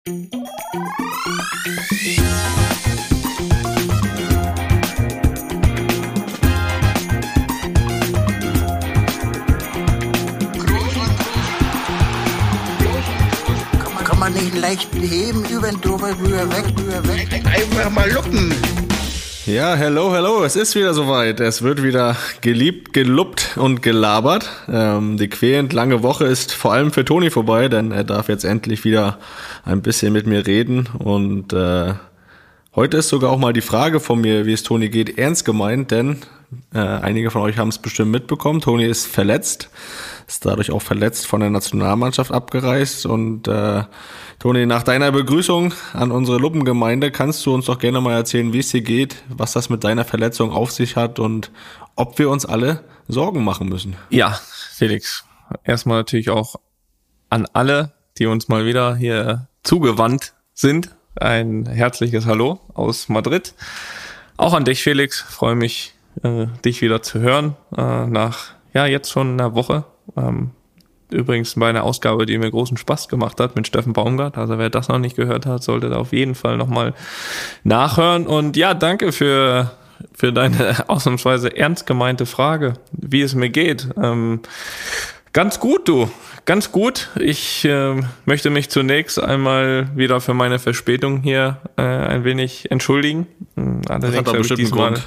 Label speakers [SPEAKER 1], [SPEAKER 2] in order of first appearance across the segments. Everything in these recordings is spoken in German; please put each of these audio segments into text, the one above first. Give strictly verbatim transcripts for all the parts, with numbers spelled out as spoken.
[SPEAKER 1] Kann man nicht leicht heben, über den drüber, rüber, weg, rüber, weg.
[SPEAKER 2] Einfach mal luppen.
[SPEAKER 3] Ja, hello, hello, es ist wieder soweit. Es wird wieder geliebt, geluppt und gelabert. Ähm, die quälend lange Woche ist vor allem für Toni vorbei, denn er darf jetzt endlich wieder ein bisschen mit mir reden. Und äh, heute ist sogar auch mal die Frage von mir, wie es Toni geht, ernst gemeint, denn äh, einige von euch haben es bestimmt mitbekommen. Toni ist verletzt, ist dadurch auch verletzt von der Nationalmannschaft abgereist. Und äh, Toni, nach deiner Begrüßung an unsere Luppengemeinde kannst du uns doch gerne mal erzählen, wie es dir geht, was das mit deiner Verletzung auf sich hat und ob wir uns alle Sorgen machen müssen.
[SPEAKER 4] Ja, Felix, erstmal natürlich auch an alle, die uns mal wieder hier zugewandt sind, ein herzliches Hallo aus Madrid. Auch an dich, Felix, freue mich, äh, dich wieder zu hören, äh, nach ja jetzt schon einer Woche. Ähm, Übrigens bei einer Ausgabe, die mir großen Spaß gemacht hat mit Steffen Baumgart. Also wer das noch nicht gehört hat, sollte da auf jeden Fall nochmal nachhören. Und ja, danke für für deine ausnahmsweise ernst gemeinte Frage, wie es mir geht. Ähm, ganz gut, du. Ganz gut. Ich äh, möchte mich zunächst einmal wieder für meine Verspätung hier äh, ein wenig entschuldigen. Allerdings
[SPEAKER 3] das hat doch bestimmt diesmal, einen Grund.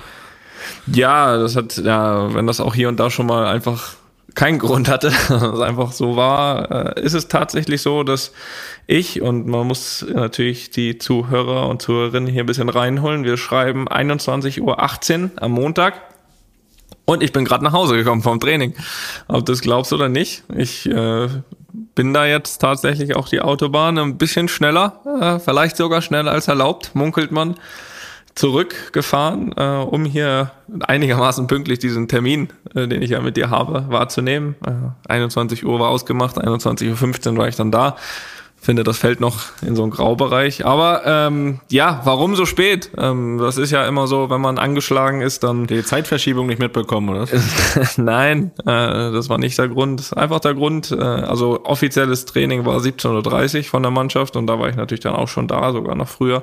[SPEAKER 4] Ja, das hat, ja, wenn das auch hier und da schon mal einfach keinen Grund hatte, es einfach so war, äh, ist es tatsächlich so, dass ich, und man muss natürlich die Zuhörer und Zuhörerinnen hier ein bisschen reinholen, wir schreiben einundzwanzig Uhr achtzehn am Montag und ich bin gerade nach Hause gekommen vom Training. Ob du das glaubst oder nicht, ich äh, bin da jetzt tatsächlich auch die Autobahn ein bisschen schneller, äh, vielleicht sogar schneller als erlaubt, munkelt man, zurückgefahren, äh, um hier einigermaßen pünktlich diesen Termin, äh, den ich ja mit dir habe, wahrzunehmen. Äh, einundzwanzig Uhr war ausgemacht, einundzwanzig Uhr fünfzehn war ich dann da. Finde, das fällt noch in so einen Graubereich. Aber ähm, ja, warum so spät? Ähm, das ist ja immer so, wenn man angeschlagen ist, dann...
[SPEAKER 3] Die Zeitverschiebung nicht mitbekommen, oder?
[SPEAKER 4] Nein, äh, das war nicht der Grund. Einfach der Grund, äh, also offizielles Training war siebzehn Uhr dreißig von der Mannschaft und da war ich natürlich dann auch schon da, sogar noch früher.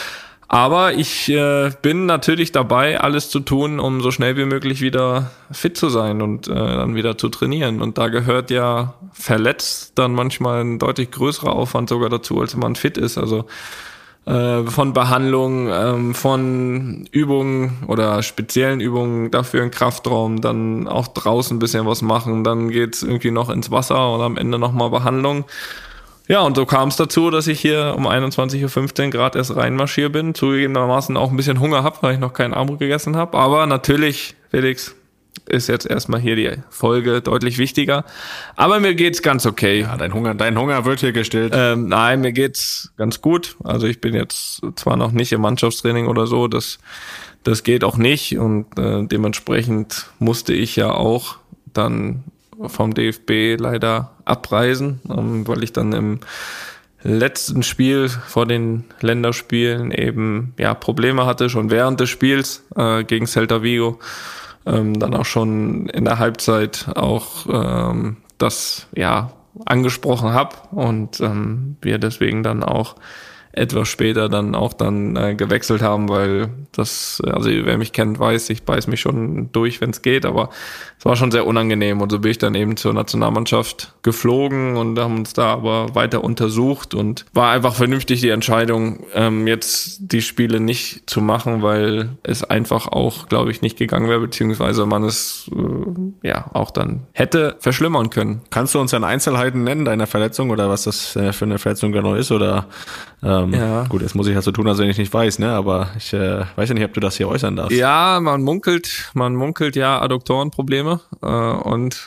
[SPEAKER 4] Aber ich äh, bin natürlich dabei, alles zu tun, um so schnell wie möglich wieder fit zu sein und äh, dann wieder zu trainieren. Und da gehört ja verletzt dann manchmal ein deutlich größerer Aufwand sogar dazu, als wenn man fit ist. Also äh, von Behandlung, ähm, von Übungen oder speziellen Übungen dafür im Kraftraum, dann auch draußen ein bisschen was machen. Dann geht's irgendwie noch ins Wasser und am Ende nochmal Behandlung. Ja, und so kam es dazu, dass ich hier um einundzwanzig Uhr fünfzehn Grad erst reinmarschiert bin. Zugegebenermaßen auch ein bisschen Hunger habe, weil ich noch keinen Abendbrot gegessen habe. Aber natürlich, Felix, ist jetzt erstmal hier die Folge deutlich wichtiger. Aber mir geht's ganz okay.
[SPEAKER 3] Ja, dein Hunger, dein Hunger wird hier gestillt.
[SPEAKER 4] Ähm, nein, mir geht's ganz gut. Also ich bin jetzt zwar noch nicht im Mannschaftstraining oder so, das, das geht auch nicht. Und äh, dementsprechend musste ich ja auch dann vom D F B leider abreisen, ähm, weil ich dann im letzten Spiel vor den Länderspielen eben ja Probleme hatte, schon während des Spiels äh, gegen Celta Vigo, ähm, dann auch schon in der Halbzeit auch ähm, das ja angesprochen habe und ähm, wir deswegen dann auch etwas später dann auch dann äh, gewechselt haben, weil das, also wer mich kennt, weiß, ich beiß mich schon durch, wenn es geht, aber es war schon sehr unangenehm und so bin ich dann eben zur Nationalmannschaft geflogen und haben uns da aber weiter untersucht und war einfach vernünftig die Entscheidung, ähm, jetzt die Spiele nicht zu machen, weil es einfach auch, glaube ich, nicht gegangen wäre, beziehungsweise man es äh, ja auch dann hätte verschlimmern können.
[SPEAKER 3] Kannst du uns dann Einzelheiten nennen deiner Verletzung oder was das äh, für eine Verletzung genau ist oder ähm, ja. Gut, jetzt muss ich ja so tun, als wenn ich nicht weiß, ne? Aber ich äh, weiß ja nicht, ob du das hier äußern darfst.
[SPEAKER 4] Ja, man munkelt, man munkelt ja Adduktorenprobleme äh, und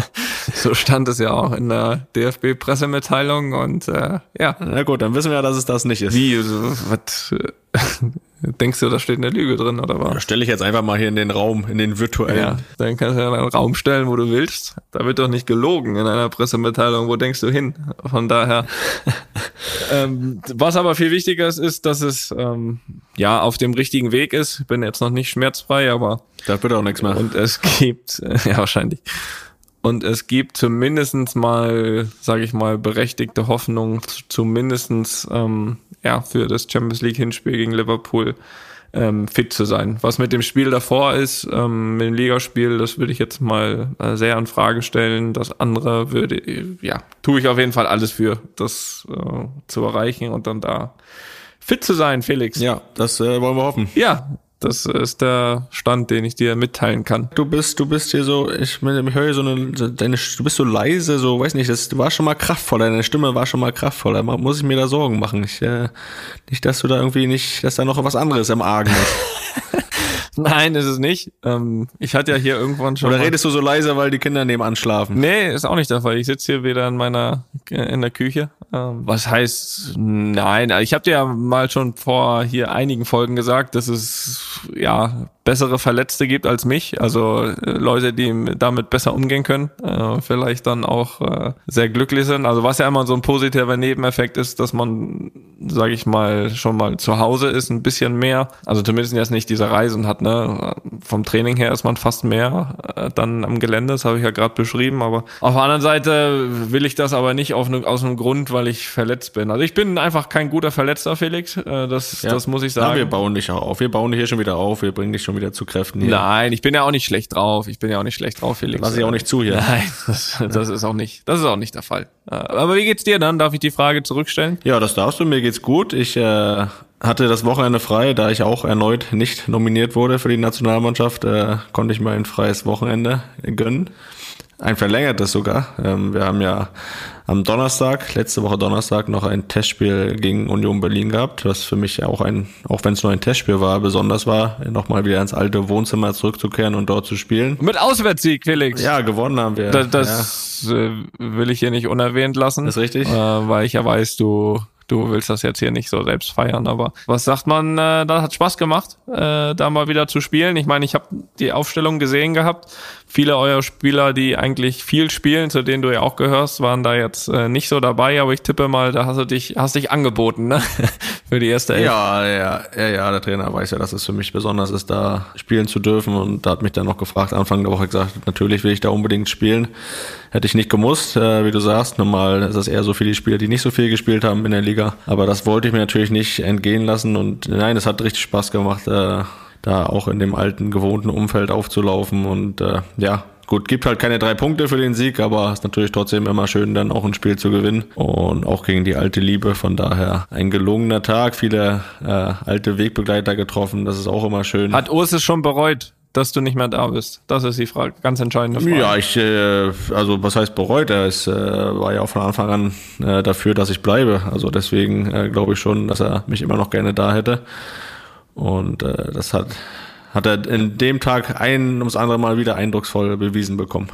[SPEAKER 4] so stand es ja auch in der D F B-Pressemitteilung und äh, ja.
[SPEAKER 3] Na gut, dann wissen wir ja, dass es das nicht ist.
[SPEAKER 4] Wie, so, was denkst du, da steht eine Lüge drin oder was?
[SPEAKER 3] Ja, stelle ich jetzt einfach mal hier in den Raum, in den virtuellen.
[SPEAKER 4] Ja, dann kannst du ja einen Raum stellen, wo du willst. Da wird doch nicht gelogen in einer Pressemitteilung. Wo denkst du hin? Von daher. ähm, was aber viel wichtiger ist, ist, dass es ähm, ja auf dem richtigen Weg ist. Ich bin jetzt noch nicht schmerzfrei, aber
[SPEAKER 3] da wird auch nichts mehr.
[SPEAKER 4] Und es gibt, äh, ja wahrscheinlich. Und es gibt zumindest mal, sage ich mal, berechtigte Hoffnung, zumindest ähm, ja, für das Champions League Hinspiel gegen Liverpool ähm, fit zu sein. Was mit dem Spiel davor ist, ähm, mit dem Ligaspiel, das würde ich jetzt mal äh, sehr in Frage stellen. Das andere würde, ja, tue ich auf jeden Fall alles für, das äh, zu erreichen und dann da fit zu sein, Felix.
[SPEAKER 3] Ja, das äh, wollen wir hoffen.
[SPEAKER 4] Ja, das ist der Stand, den ich dir mitteilen kann.
[SPEAKER 3] Du bist, du bist hier so, ich, ich höre hier so eine, deine, du bist so leise, so, weiß nicht, das, du warst schon mal kraftvoller, deine Stimme war schon mal kraftvoller. Muss ich mir da Sorgen machen? Ich, äh, nicht, dass du da irgendwie nicht, dass da noch was anderes im Argen ist.
[SPEAKER 4] Nein, ist es nicht. Ähm, ich hatte ja hier irgendwann schon.
[SPEAKER 3] Oder
[SPEAKER 4] mal
[SPEAKER 3] redest du so leise, weil die Kinder nebenan schlafen?
[SPEAKER 4] Nee, ist auch nicht der Fall. Ich sitze hier wieder in meiner in der Küche. Ähm, was heißt nein? Ich habe dir ja mal schon vor hier einigen Folgen gesagt, dass es ja bessere Verletzte gibt als mich, also äh, Leute, die damit besser umgehen können, äh, vielleicht dann auch äh, sehr glücklich sind. Also was ja immer so ein positiver Nebeneffekt ist, dass man, sage ich mal, schon mal zu Hause ist, ein bisschen mehr, also zumindest jetzt nicht diese Reisen hat, ne? Vom Training her ist man fast mehr äh, dann am Gelände, das habe ich ja gerade beschrieben, aber auf der anderen Seite will ich das aber nicht auf ne, aus einem Grund, weil ich verletzt bin. Also ich bin einfach kein guter Verletzter, Felix, äh, das,
[SPEAKER 3] ja.
[SPEAKER 4] das muss ich sagen.
[SPEAKER 3] Ja, wir bauen dich auch auf, wir bauen dich hier schon wieder auf, wir bringen dich schon wieder zu Kräften hier.
[SPEAKER 4] Nein, ich bin ja auch nicht schlecht drauf. Ich bin ja auch nicht schlecht drauf, Felix.
[SPEAKER 3] Lass ich auch nicht zu hier.
[SPEAKER 4] Nein, das, das ist auch nicht, das ist auch nicht der Fall. Aber wie geht's dir dann? Darf ich die Frage zurückstellen?
[SPEAKER 3] Ja, das darfst du. Mir geht's gut. Ich äh, hatte das Wochenende frei, da ich auch erneut nicht nominiert wurde für die Nationalmannschaft, äh, konnte ich mir ein freies Wochenende gönnen. Ein verlängertes sogar. Ähm, wir haben ja am Donnerstag, letzte Woche Donnerstag, noch ein Testspiel gegen Union Berlin gehabt, was für mich auch ein, auch wenn es nur ein Testspiel war, besonders war, nochmal wieder ins alte Wohnzimmer zurückzukehren und dort zu spielen.
[SPEAKER 4] Mit Auswärtssieg, Felix.
[SPEAKER 3] Ja, gewonnen haben wir.
[SPEAKER 4] Das, das ja. will ich hier nicht unerwähnt lassen.
[SPEAKER 3] Das ist richtig.
[SPEAKER 4] Äh, weil ich ja weiß, du... Du willst das jetzt hier nicht so selbst feiern, aber was sagt man, äh, das hat Spaß gemacht, äh, da mal wieder zu spielen. Ich meine, ich habe die Aufstellung gesehen gehabt. Viele eurer Spieler, die eigentlich viel spielen, zu denen du ja auch gehörst, waren da jetzt äh, nicht so dabei, aber ich tippe mal, da hast du dich, hast dich angeboten, ne? Für die erste Elf.
[SPEAKER 3] Ja, ja, ja, ja, der Trainer weiß ja, dass es für mich besonders ist, da spielen zu dürfen, und da hat mich dann noch gefragt, Anfang der Woche gesagt, natürlich will ich da unbedingt spielen. Hätte ich nicht gemusst, äh, wie du sagst. Normal ist es eher so für die Spieler, die nicht so viel gespielt haben in der Liga. Aber das wollte ich mir natürlich nicht entgehen lassen, und nein, es hat richtig Spaß gemacht, äh, da auch in dem alten, gewohnten Umfeld aufzulaufen, und äh, ja, gut, gibt halt keine drei Punkte für den Sieg, aber ist natürlich trotzdem immer schön, dann auch ein Spiel zu gewinnen, und auch gegen die alte Liebe. Von daher ein gelungener Tag, viele äh, alte Wegbegleiter getroffen, das ist auch immer schön.
[SPEAKER 4] Hat Urs es schon bereut, dass du nicht mehr da bist? Das ist die Frage, ganz entscheidende Frage.
[SPEAKER 3] Ja, ich, äh, also was heißt bereut? Er ist, äh, war ja auch von Anfang an äh, dafür, dass ich bleibe. Also deswegen äh, glaube ich schon, dass er mich immer noch gerne da hätte. Und äh, das hat hat er in dem Tag ein ums andere Mal wieder eindrucksvoll bewiesen bekommen.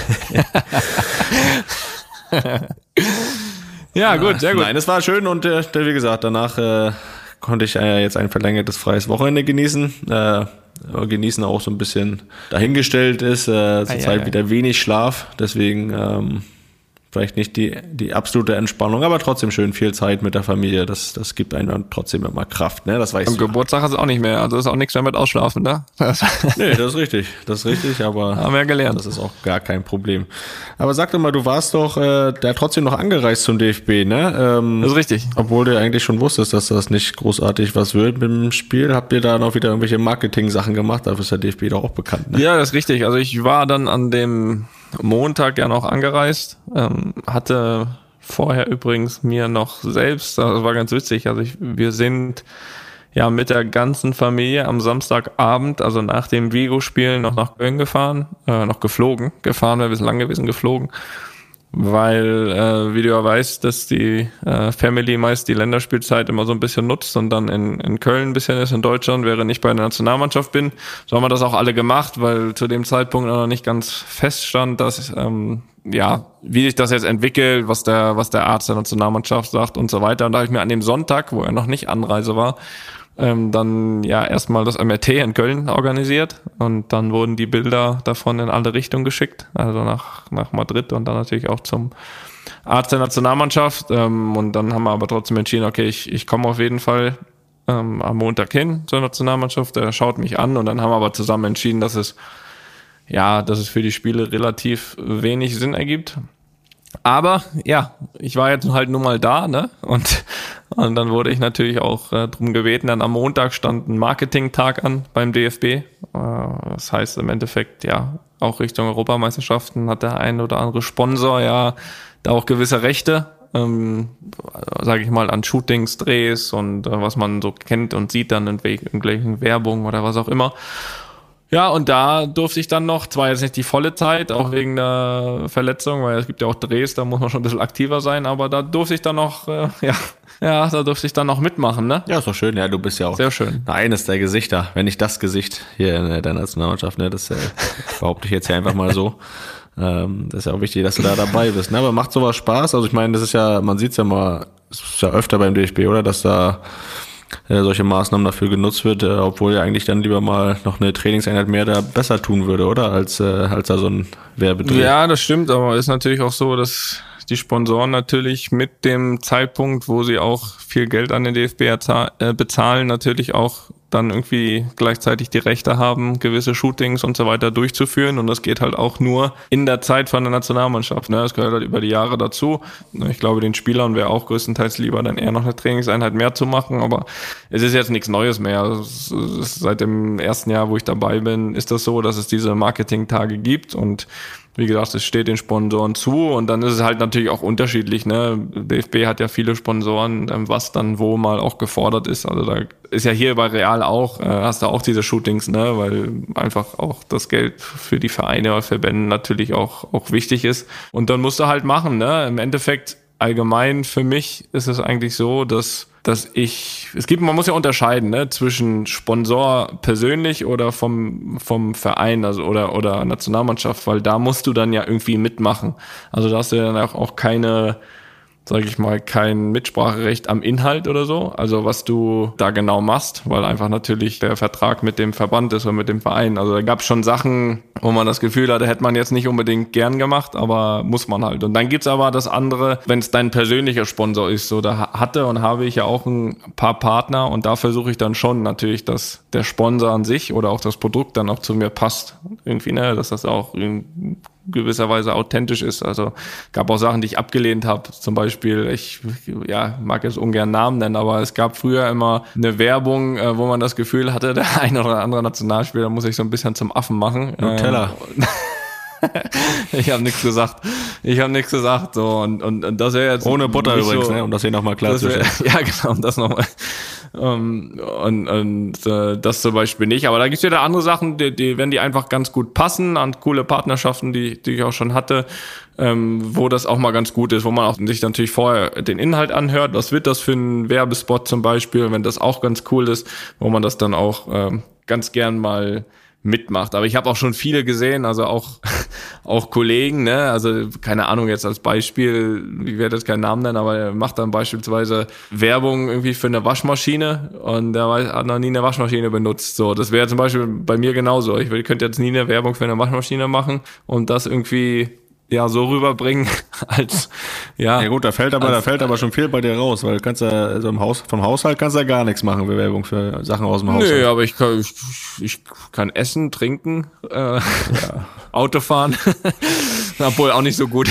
[SPEAKER 4] Ja, gut, sehr gut.
[SPEAKER 3] Nein, es war schön, und äh, wie gesagt, danach äh, konnte ich äh, jetzt ein verlängertes freies Wochenende genießen. Äh, genießen auch so ein bisschen dahingestellt ist, äh, zurzeit wieder wenig Schlaf, deswegen ähm, vielleicht nicht die die absolute Entspannung, aber trotzdem schön viel Zeit mit der Familie, das das gibt einem dann trotzdem immer Kraft, ne? Das weißt
[SPEAKER 4] du. Am Geburtstag ist es auch nicht mehr, also ist auch nichts mehr mit Ausschlafen, ne?
[SPEAKER 3] Nee, das ist richtig, das ist richtig, aber
[SPEAKER 4] haben wir gelernt.
[SPEAKER 3] Das ist auch gar kein Problem. Aber sag doch mal, du warst doch äh, da trotzdem noch angereist zum D F B, ne? Ähm,
[SPEAKER 4] das ist richtig.
[SPEAKER 3] Obwohl du eigentlich schon wusstest, dass das nicht großartig was wird mit dem Spiel, habt ihr da noch wieder irgendwelche Marketing-Sachen gemacht? Dafür ist der D F B doch auch bekannt, ne?
[SPEAKER 4] Ja, das ist richtig. Also ich war dann an dem Montag ja noch angereist, ähm, hatte vorher übrigens mir noch selbst, das war ganz witzig, also ich, wir sind ja mit der ganzen Familie am Samstagabend, also nach dem Vigo-Spiel, noch nach Köln gefahren, äh, noch geflogen, gefahren, wir sind lang gewesen, geflogen, weil, äh, wie du ja weißt, dass die äh, Family meist die Länderspielzeit immer so ein bisschen nutzt und dann in, in Köln ein bisschen ist, in Deutschland, während ich bei der Nationalmannschaft bin. So haben wir das auch alle gemacht, weil zu dem Zeitpunkt noch nicht ganz feststand, dass, ähm, ja, wie sich das jetzt entwickelt, was der, was der Arzt der Nationalmannschaft sagt und so weiter. Und da habe ich mir an dem Sonntag, wo er noch nicht Anreise war, Ähm, dann ja erstmal das M R T in Köln organisiert, und dann wurden die Bilder davon in alle Richtungen geschickt, also nach nach Madrid und dann natürlich auch zum Arzt der Nationalmannschaft, ähm, und dann haben wir aber trotzdem entschieden, okay, ich ich komme auf jeden Fall ähm, am Montag hin zur Nationalmannschaft, der schaut mich an, und dann haben wir aber zusammen entschieden, dass es ja, dass es für die Spiele relativ wenig Sinn ergibt. Aber ja, ich war jetzt halt nur mal da, ne? Und, und dann wurde ich natürlich auch äh, drum gebeten. Dann am Montag stand ein Marketing-Tag an beim D F B. Äh, das heißt im Endeffekt, ja, auch Richtung Europameisterschaften hat der ein oder andere Sponsor ja da auch gewisse Rechte, ähm, sage ich mal, an Shootings, Drehs und äh, was man so kennt und sieht dann in irgendwelchen Werbung oder was auch immer. Ja, und da durfte ich dann noch, zwar jetzt nicht die volle Zeit, auch wegen der Verletzung, weil es gibt ja auch Drehs, da muss man schon ein bisschen aktiver sein, aber da durfte ich dann noch, äh, ja, ja, da durfte ich dann noch mitmachen, ne?
[SPEAKER 3] Ja, ist doch schön, ja, du bist ja auch
[SPEAKER 4] sehr schön.
[SPEAKER 3] Eines der Gesichter, wenn nicht das Gesicht hier in der Nationalmannschaft, ne, das äh, behaupte ich jetzt hier einfach mal so. Ähm, das ist ja auch wichtig, dass du da dabei bist, ne? Aber macht sowas Spaß? Also ich meine, das ist ja, man sieht's ja mal, es ist ja öfter beim D F B, oder, dass da äh, solche Maßnahmen dafür genutzt wird, äh, obwohl ja eigentlich dann lieber mal noch eine Trainingseinheit mehr da besser tun würde, oder? Als, äh, als da so ein Werbedreh.
[SPEAKER 4] Ja, das stimmt, aber ist natürlich auch so, dass die Sponsoren natürlich mit dem Zeitpunkt, wo sie auch viel Geld an den D F B äh, bezahlen, natürlich auch dann irgendwie gleichzeitig die Rechte haben, gewisse Shootings und so weiter durchzuführen. Und das geht halt auch nur in der Zeit von der Nationalmannschaft. Ne? Das gehört halt über die Jahre dazu. Ich glaube, den Spielern wäre auch größtenteils lieber, dann eher noch eine Trainingseinheit mehr zu machen. Aber es ist jetzt nichts Neues mehr. Es ist seit dem ersten Jahr, wo ich dabei bin, ist das so, dass es diese Marketing-Tage gibt. Und wie gesagt, es steht den Sponsoren zu und dann ist es halt natürlich auch unterschiedlich. Ne? D F B hat ja viele Sponsoren, was dann wo mal auch gefordert ist. Also da ist ja hier bei Real auch, äh, hast du auch diese Shootings, ne? Weil einfach auch das Geld für die Vereine oder Verbände natürlich auch, auch wichtig ist. Und dann musst du halt machen. Ne? Im Endeffekt allgemein für mich ist es eigentlich so, dass dass ich, es gibt, man muss ja unterscheiden, ne, zwischen Sponsor persönlich oder vom, vom Verein, also, oder, oder Nationalmannschaft, weil da musst du dann ja irgendwie mitmachen. Also da hast du ja dann auch, auch keine, sage ich mal, kein Mitspracherecht am Inhalt oder so, also was du da genau machst, weil einfach natürlich der Vertrag mit dem Verband ist oder mit dem Verein. Also da gab es schon Sachen, wo man das Gefühl hatte, hätte man jetzt nicht unbedingt gern gemacht, aber muss man halt. Und dann gibt's aber das andere, wenn es dein persönlicher Sponsor ist, so da hatte und habe ich ja auch ein paar Partner und da versuche ich dann schon natürlich, dass der Sponsor an sich oder auch das Produkt dann auch zu mir passt. Irgendwie, ne, dass das auch in gewisserweise authentisch ist. Also gab auch Sachen, die ich abgelehnt habe. Zum Beispiel, ich ja mag jetzt ungern Namen nennen, aber es gab früher immer eine Werbung, wo man das Gefühl hatte, der ein oder andere Nationalspieler muss sich so ein bisschen zum Affen machen.
[SPEAKER 3] Nutella.
[SPEAKER 4] Ich habe nichts gesagt. Ich habe nichts gesagt. So und und, und das wäre jetzt
[SPEAKER 3] ohne Butter übrigens,
[SPEAKER 4] so,
[SPEAKER 3] ne? Um das hier nochmal klar zu stellen.
[SPEAKER 4] Ja, genau, um das nochmal. Um, und und äh, das zum Beispiel nicht. Aber da gibt's wieder andere Sachen, die, die, wenn die einfach ganz gut passen, an coole Partnerschaften, die, die ich auch schon hatte, ähm, wo das auch mal ganz gut ist, wo man auch sich natürlich vorher den Inhalt anhört. Was wird das für ein Werbespot zum Beispiel, wenn das auch ganz cool ist, wo man das dann auch ähm, ganz gern mal mitmacht. Aber ich habe auch schon viele gesehen, also auch auch Kollegen, ne, also keine Ahnung jetzt als Beispiel, ich werde jetzt keinen Namen nennen, aber er macht dann beispielsweise Werbung irgendwie für eine Waschmaschine und der hat noch nie eine Waschmaschine benutzt. So, das wäre zum Beispiel bei mir genauso. Ich könnte jetzt nie eine Werbung für eine Waschmaschine machen und das irgendwie ja so rüberbringen als ja.
[SPEAKER 3] Ja gut, da fällt aber als, da fällt aber schon viel bei dir raus, weil du kannst ja also im Haus vom Haushalt kannst ja gar nichts machen für Werbung für Sachen aus dem Haushalt.
[SPEAKER 4] Nee, aber ich kann ich, ich kann essen, trinken, äh, ja. Auto fahren. Obwohl auch nicht so gut.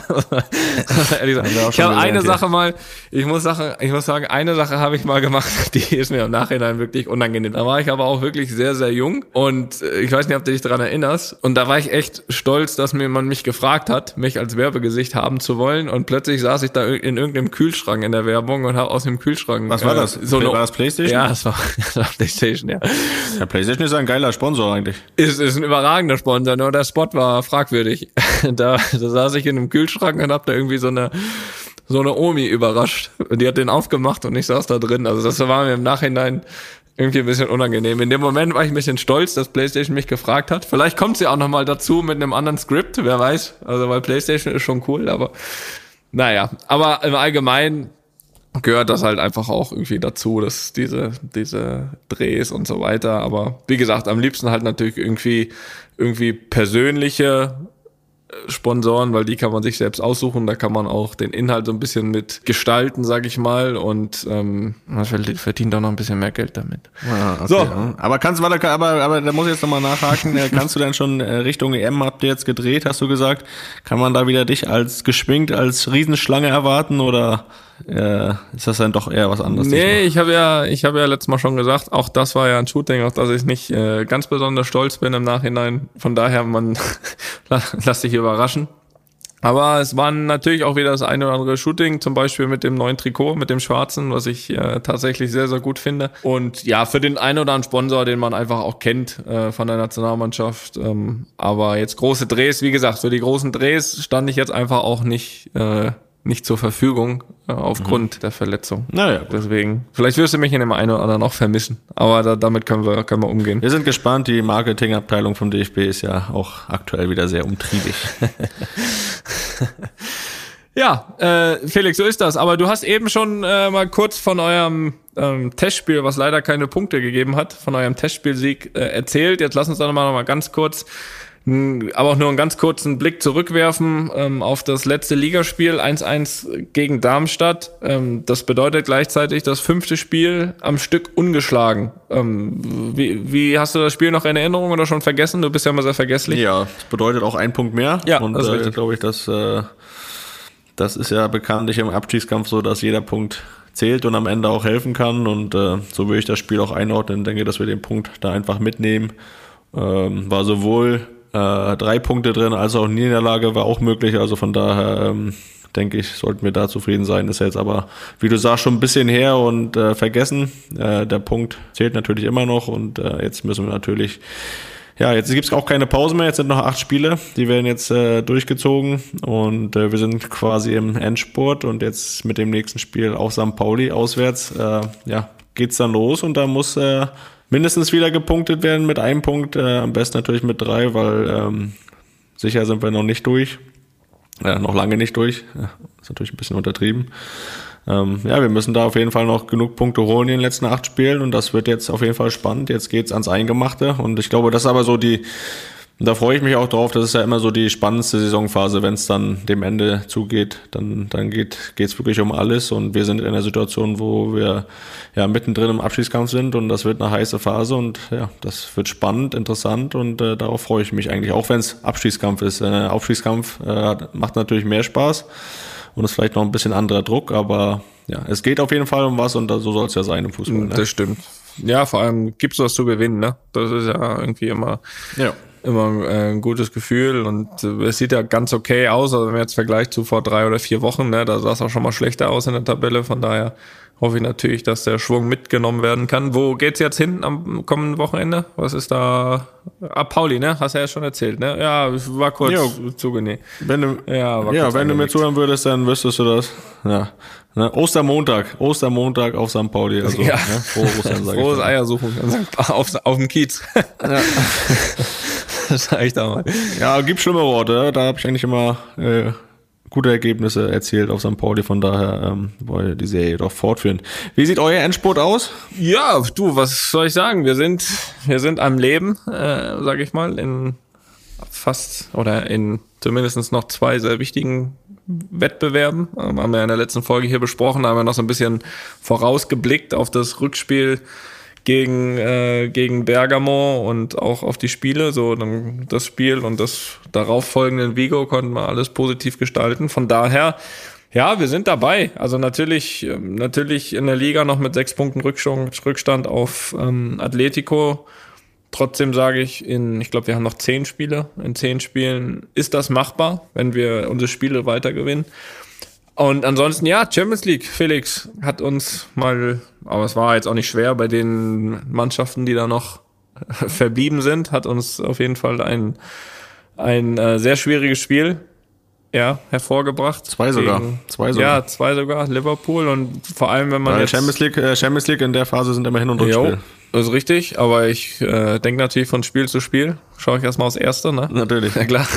[SPEAKER 4] Ich habe eine Sache mal, ich muss Sache, ich muss sagen, eine Sache habe ich mal gemacht, die ist mir im Nachhinein wirklich unangenehm. Da war ich aber auch wirklich sehr, sehr jung und ich weiß nicht, ob du dich daran erinnerst. Und da war ich echt stolz, dass mir man mich gefragt hat, mich als Werbegesicht haben zu wollen. Und plötzlich saß ich da in irgendeinem Kühlschrank in der Werbung und habe aus dem Kühlschrank.
[SPEAKER 3] Was war das?
[SPEAKER 4] Äh, so
[SPEAKER 3] war das PlayStation?
[SPEAKER 4] Ja, das war, das war PlayStation, ja.
[SPEAKER 3] Ja, PlayStation ist ein geiler Sponsor eigentlich.
[SPEAKER 4] Ist, ist ein überragender Sponsor, nur der Spot war fragwürdig. Da, da saß ich in einem Kühlschrank und hab da irgendwie so eine so eine Omi überrascht. Und die hat den aufgemacht und ich saß da drin. Also das war mir im Nachhinein irgendwie ein bisschen unangenehm. In dem Moment war ich ein bisschen stolz, dass PlayStation mich gefragt hat. Vielleicht kommt sie auch nochmal dazu mit einem anderen Skript, wer weiß. Also weil PlayStation ist schon cool, aber naja. Aber im Allgemeinen gehört das halt einfach auch irgendwie dazu, dass diese diese Drehs und so weiter. Aber wie gesagt, am liebsten halt natürlich irgendwie irgendwie persönliche Sponsoren, weil die kann man sich selbst aussuchen, da kann man auch den Inhalt so ein bisschen mit gestalten, sag ich mal, und ähm, man verdient auch noch ein bisschen mehr Geld damit.
[SPEAKER 3] Ja, okay,
[SPEAKER 4] so.
[SPEAKER 3] Ja. Aber kannst warte, aber, aber da muss ich jetzt nochmal nachhaken, kannst du denn schon Richtung E M, habt ihr jetzt gedreht, hast du gesagt, kann man da wieder dich als geschminkt, als Riesenschlange erwarten oder äh, ist das dann doch eher was anderes?
[SPEAKER 4] Nee, ich habe ja, ich habe ja letztes Mal schon gesagt, auch das war ja ein Shooting, auf das ich nicht äh, ganz besonders stolz bin im Nachhinein, von daher, man lass dich überraschen. Aber es waren natürlich auch wieder das eine oder andere Shooting, zum Beispiel mit dem neuen Trikot, mit dem schwarzen, was ich äh, tatsächlich sehr, sehr gut finde. Und ja, für den einen oder anderen Sponsor, den man einfach auch kennt äh, von der Nationalmannschaft. Ähm, aber jetzt große Drehs, wie gesagt, für die großen Drehs stand ich jetzt einfach auch nicht äh, nicht zur Verfügung äh, aufgrund mhm. der Verletzung.
[SPEAKER 3] Naja,
[SPEAKER 4] deswegen. Vielleicht wirst du mich in dem einen oder anderen auch vermissen. Aber da, damit können wir, können wir umgehen.
[SPEAKER 3] Wir sind gespannt. Die Marketingabteilung vom D F B ist ja auch aktuell wieder sehr umtriebig.
[SPEAKER 4] Ja, äh, Felix, so ist das. Aber du hast eben schon äh, mal kurz von eurem ähm, Testspiel, was leider keine Punkte gegeben hat, von eurem Testspielsieg äh, erzählt. Jetzt lass uns da noch mal, noch mal ganz kurz aber auch nur einen ganz kurzen Blick zurückwerfen ähm, auf das letzte Ligaspiel eins eins gegen Darmstadt. Ähm, das bedeutet gleichzeitig das fünfte Spiel am Stück ungeschlagen. Ähm, wie, wie hast du das Spiel noch in Erinnerung oder schon vergessen? Du bist ja immer sehr vergesslich.
[SPEAKER 3] Ja, das bedeutet auch ein Punkt mehr.
[SPEAKER 4] Ja,
[SPEAKER 3] und
[SPEAKER 4] das ist
[SPEAKER 3] äh,
[SPEAKER 4] richtig.
[SPEAKER 3] glaube ich, dass äh, das ist ja bekanntlich im Abstiegskampf so, dass jeder Punkt zählt und am Ende auch helfen kann. Und äh, so würde ich das Spiel auch einordnen. Ich denke, dass wir den Punkt da einfach mitnehmen. Ähm, war sowohl Äh, drei Punkte drin, also auch Niederlage war auch möglich, also von daher ähm, denke ich, sollten wir da zufrieden sein. Ist ja jetzt aber, wie du sagst, schon ein bisschen her und äh, vergessen. Äh, der Punkt zählt natürlich immer noch und äh, jetzt müssen wir natürlich, ja, jetzt gibt's auch keine Pause mehr, jetzt sind noch acht Spiele, die werden jetzt äh, durchgezogen und äh, wir sind quasi im Endspurt und jetzt mit dem nächsten Spiel auch Sankt Pauli auswärts, äh, ja, geht's dann los und da muss äh, mindestens wieder gepunktet werden mit einem Punkt, äh, am besten natürlich mit drei, weil ähm, sicher sind wir noch nicht durch, äh, noch lange nicht durch, ja, ist natürlich ein bisschen untertrieben. Ähm, ja, wir müssen da auf jeden Fall noch genug Punkte holen in den letzten acht Spielen und das wird jetzt auf jeden Fall spannend. Jetzt geht's ans Eingemachte und ich glaube, das ist aber so die, da freue ich mich auch drauf, das ist ja immer so die spannendste Saisonphase, wenn es dann dem Ende zugeht, dann dann geht geht's wirklich um alles und wir sind in einer Situation, wo wir ja mittendrin im Abschießkampf sind und das wird eine heiße Phase und ja, das wird spannend, interessant und äh, darauf freue ich mich eigentlich, auch wenn es Abschießkampf ist. Äh, Abschießkampf äh, macht natürlich mehr Spaß und ist vielleicht noch ein bisschen anderer Druck, aber ja, es geht auf jeden Fall um was und so soll es ja sein im Fußball. Ne?
[SPEAKER 4] Das stimmt. Ja, vor allem gibt's was zu gewinnen, ne? Das ist ja irgendwie immer
[SPEAKER 3] ja.
[SPEAKER 4] immer äh, ein gutes Gefühl und äh, es sieht ja ganz okay aus, also wenn man jetzt vergleicht zu vor drei oder vier Wochen, ne, da sah es auch schon mal schlechter aus in der Tabelle, von daher hoffe ich natürlich, dass der Schwung mitgenommen werden kann. Wo geht's jetzt hin am kommenden Wochenende? Was ist da? Ah, Pauli, ne? Hast du ja schon erzählt, ne? Ja, war kurz zugenäht.
[SPEAKER 3] Wenn du,
[SPEAKER 4] ja, war
[SPEAKER 3] ja, wenn du mir zuhören würdest, dann wüsstest du das. Ja. Ne? Ostermontag, Ostermontag auf Sankt Pauli. Also,
[SPEAKER 4] ja.
[SPEAKER 3] Ne? Frohe Ostern, sag
[SPEAKER 4] Frohes
[SPEAKER 3] ich
[SPEAKER 4] Eiersuchen auf, auf dem Kiez.
[SPEAKER 3] Ja.
[SPEAKER 4] Das sag ich da mal.
[SPEAKER 3] Ja, gibt schlimme Worte. Da habe ich eigentlich immer äh, gute Ergebnisse erzielt auf Sankt Pauli. Von daher ähm, wollen wir die Serie doch fortführen. Wie sieht euer Endspurt aus?
[SPEAKER 4] Ja, du, was soll ich sagen? Wir sind, wir sind am Leben, äh, sag ich mal, in fast oder in zumindest noch zwei sehr wichtigen Wettbewerben. Ähm, haben wir in der letzten Folge hier besprochen, da haben wir noch so ein bisschen vorausgeblickt auf das Rückspiel gegen äh, gegen Bergamo und auch auf die Spiele, so dann das Spiel und das darauf folgende Vigo konnten wir alles positiv gestalten. Von daher, ja, wir sind dabei. Also natürlich natürlich in der Liga noch mit sechs Punkten Rückstand, Rückstand auf ähm, Atletico. Trotzdem sage ich, in ich glaube, wir haben noch zehn Spiele. In zehn Spielen ist das machbar, wenn wir unsere Spiele weiter gewinnen. Und ansonsten, ja, Champions League, Felix hat uns mal, aber es war jetzt auch nicht schwer bei den Mannschaften, die da noch verblieben sind, hat uns auf jeden Fall ein, ein äh, sehr schwieriges Spiel ja, hervorgebracht.
[SPEAKER 3] Zwei sogar.
[SPEAKER 4] Gegen,
[SPEAKER 3] zwei sogar.
[SPEAKER 4] Ja, zwei sogar, Liverpool und vor allem, wenn man
[SPEAKER 3] Weil
[SPEAKER 4] jetzt...
[SPEAKER 3] Champions League, äh, Champions League in der Phase sind immer Hin- und Rückspiel.
[SPEAKER 4] Jo, ist richtig, aber ich äh, denke natürlich von Spiel zu Spiel. Schaue ich erstmal aufs Erste, ne?
[SPEAKER 3] Natürlich.
[SPEAKER 4] Ja, klar.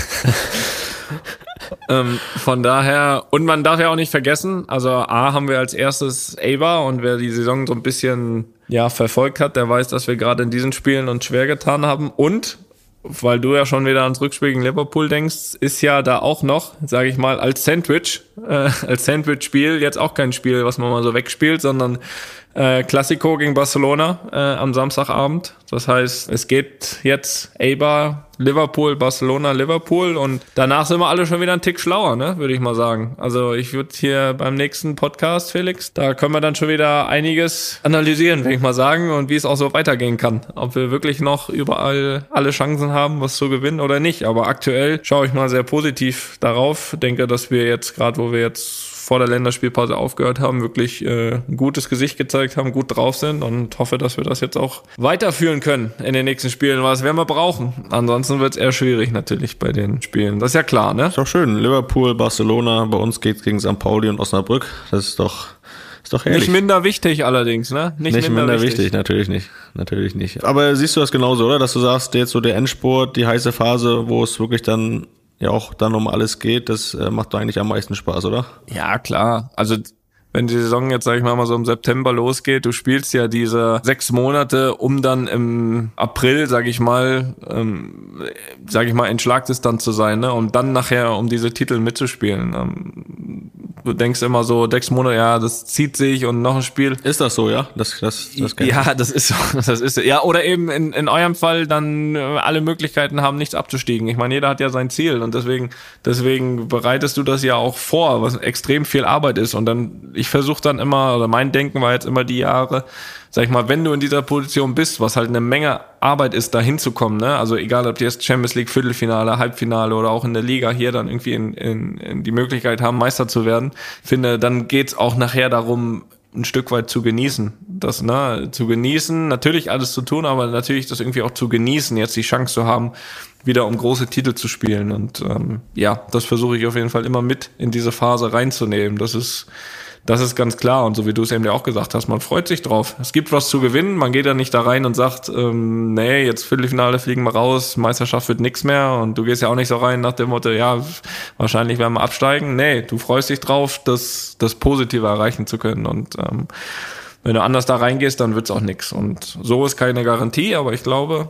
[SPEAKER 4] ähm, von daher, und man darf ja auch nicht vergessen, also A haben wir als erstes Eibar und wer die Saison so ein bisschen ja verfolgt hat, der weiß, dass wir gerade in diesen Spielen uns schwer getan haben und weil du ja schon wieder ans Rückspiel gegen Liverpool denkst, ist ja da auch noch, sage ich mal, als Sandwich, äh, als Sandwich-Spiel jetzt auch kein Spiel, was man mal so wegspielt, sondern äh, Classico gegen Barcelona äh, am Samstagabend. Das heißt, es geht jetzt Eibar, Liverpool, Barcelona, Liverpool und danach sind wir alle schon wieder einen Tick schlauer, ne, würde ich mal sagen. Also ich würde hier beim nächsten Podcast, Felix, da können wir dann schon wieder einiges analysieren, würde ich mal sagen, und wie es auch so weitergehen kann. Ob wir wirklich noch überall alle Chancen haben, was zu gewinnen oder nicht. Aber aktuell schaue ich mal sehr positiv darauf. Denke, dass wir jetzt, gerade wo wir jetzt vor der Länderspielpause aufgehört haben, wirklich äh, ein gutes Gesicht gezeigt haben, gut drauf sind und hoffe, dass wir das jetzt auch weiterführen können in den nächsten Spielen, weil das werden wir brauchen. Ansonsten wird es eher schwierig natürlich bei den Spielen. Das ist ja klar, ne?
[SPEAKER 3] Ist doch schön. Liverpool, Barcelona, bei uns geht's gegen Sankt Pauli und Osnabrück. Das ist doch Ist doch herrlich.
[SPEAKER 4] Nicht minder wichtig allerdings, ne?
[SPEAKER 3] Nicht, nicht minder, minder wichtig. wichtig, natürlich nicht. Natürlich nicht. Aber siehst du das genauso, oder? Dass du sagst, jetzt so der Endspurt, die heiße Phase, wo es wirklich dann ja auch dann um alles geht, das äh, macht doch eigentlich am meisten Spaß, oder?
[SPEAKER 4] Ja, klar. Also wenn die Saison jetzt, sag ich mal, mal so im September losgeht, du spielst ja diese sechs Monate, um dann im April, sag ich mal, ähm, sag ich mal, in Schlagdistanz zu sein, ne? Und dann nachher um diese Titel mitzuspielen. Ähm, du denkst immer so, sechs Monate, ja, das zieht sich und noch ein Spiel.
[SPEAKER 3] Ist das so, ja? Das, das, das
[SPEAKER 4] ja, das ist so, das ist so. Ja, oder eben in, in eurem Fall dann alle Möglichkeiten haben, nichts abzustiegen. Ich meine, jeder hat ja sein Ziel und deswegen, deswegen bereitest du das ja auch vor, was extrem viel Arbeit ist und dann, ich versuche dann immer, oder mein Denken war jetzt immer die Jahre, sag ich mal, wenn du in dieser Position bist, was halt eine Menge Arbeit ist, da hinzukommen, ne? Also egal, ob die jetzt Champions League Viertelfinale, Halbfinale oder auch in der Liga hier dann irgendwie in, in, in die Möglichkeit haben, Meister zu werden, finde, dann geht's auch nachher darum, ein Stück weit zu genießen, das, ne, zu genießen, natürlich alles zu tun, aber natürlich das irgendwie auch zu genießen, jetzt die Chance zu haben, wieder um große Titel zu spielen und ähm, ja, das versuche ich auf jeden Fall immer mit in diese Phase reinzunehmen, das ist Das ist ganz klar und so wie du es eben ja auch gesagt hast, man freut sich drauf. Es gibt was zu gewinnen, man geht ja nicht da rein und sagt, ähm, nee, jetzt Viertelfinale fliegen wir raus, Meisterschaft wird nix mehr und du gehst ja auch nicht so rein nach dem Motto, ja, wahrscheinlich werden wir absteigen. Nee, du freust dich drauf, das, das Positive erreichen zu können und ähm, wenn du anders da reingehst, dann wird's auch nix und so ist keine Garantie, aber ich glaube...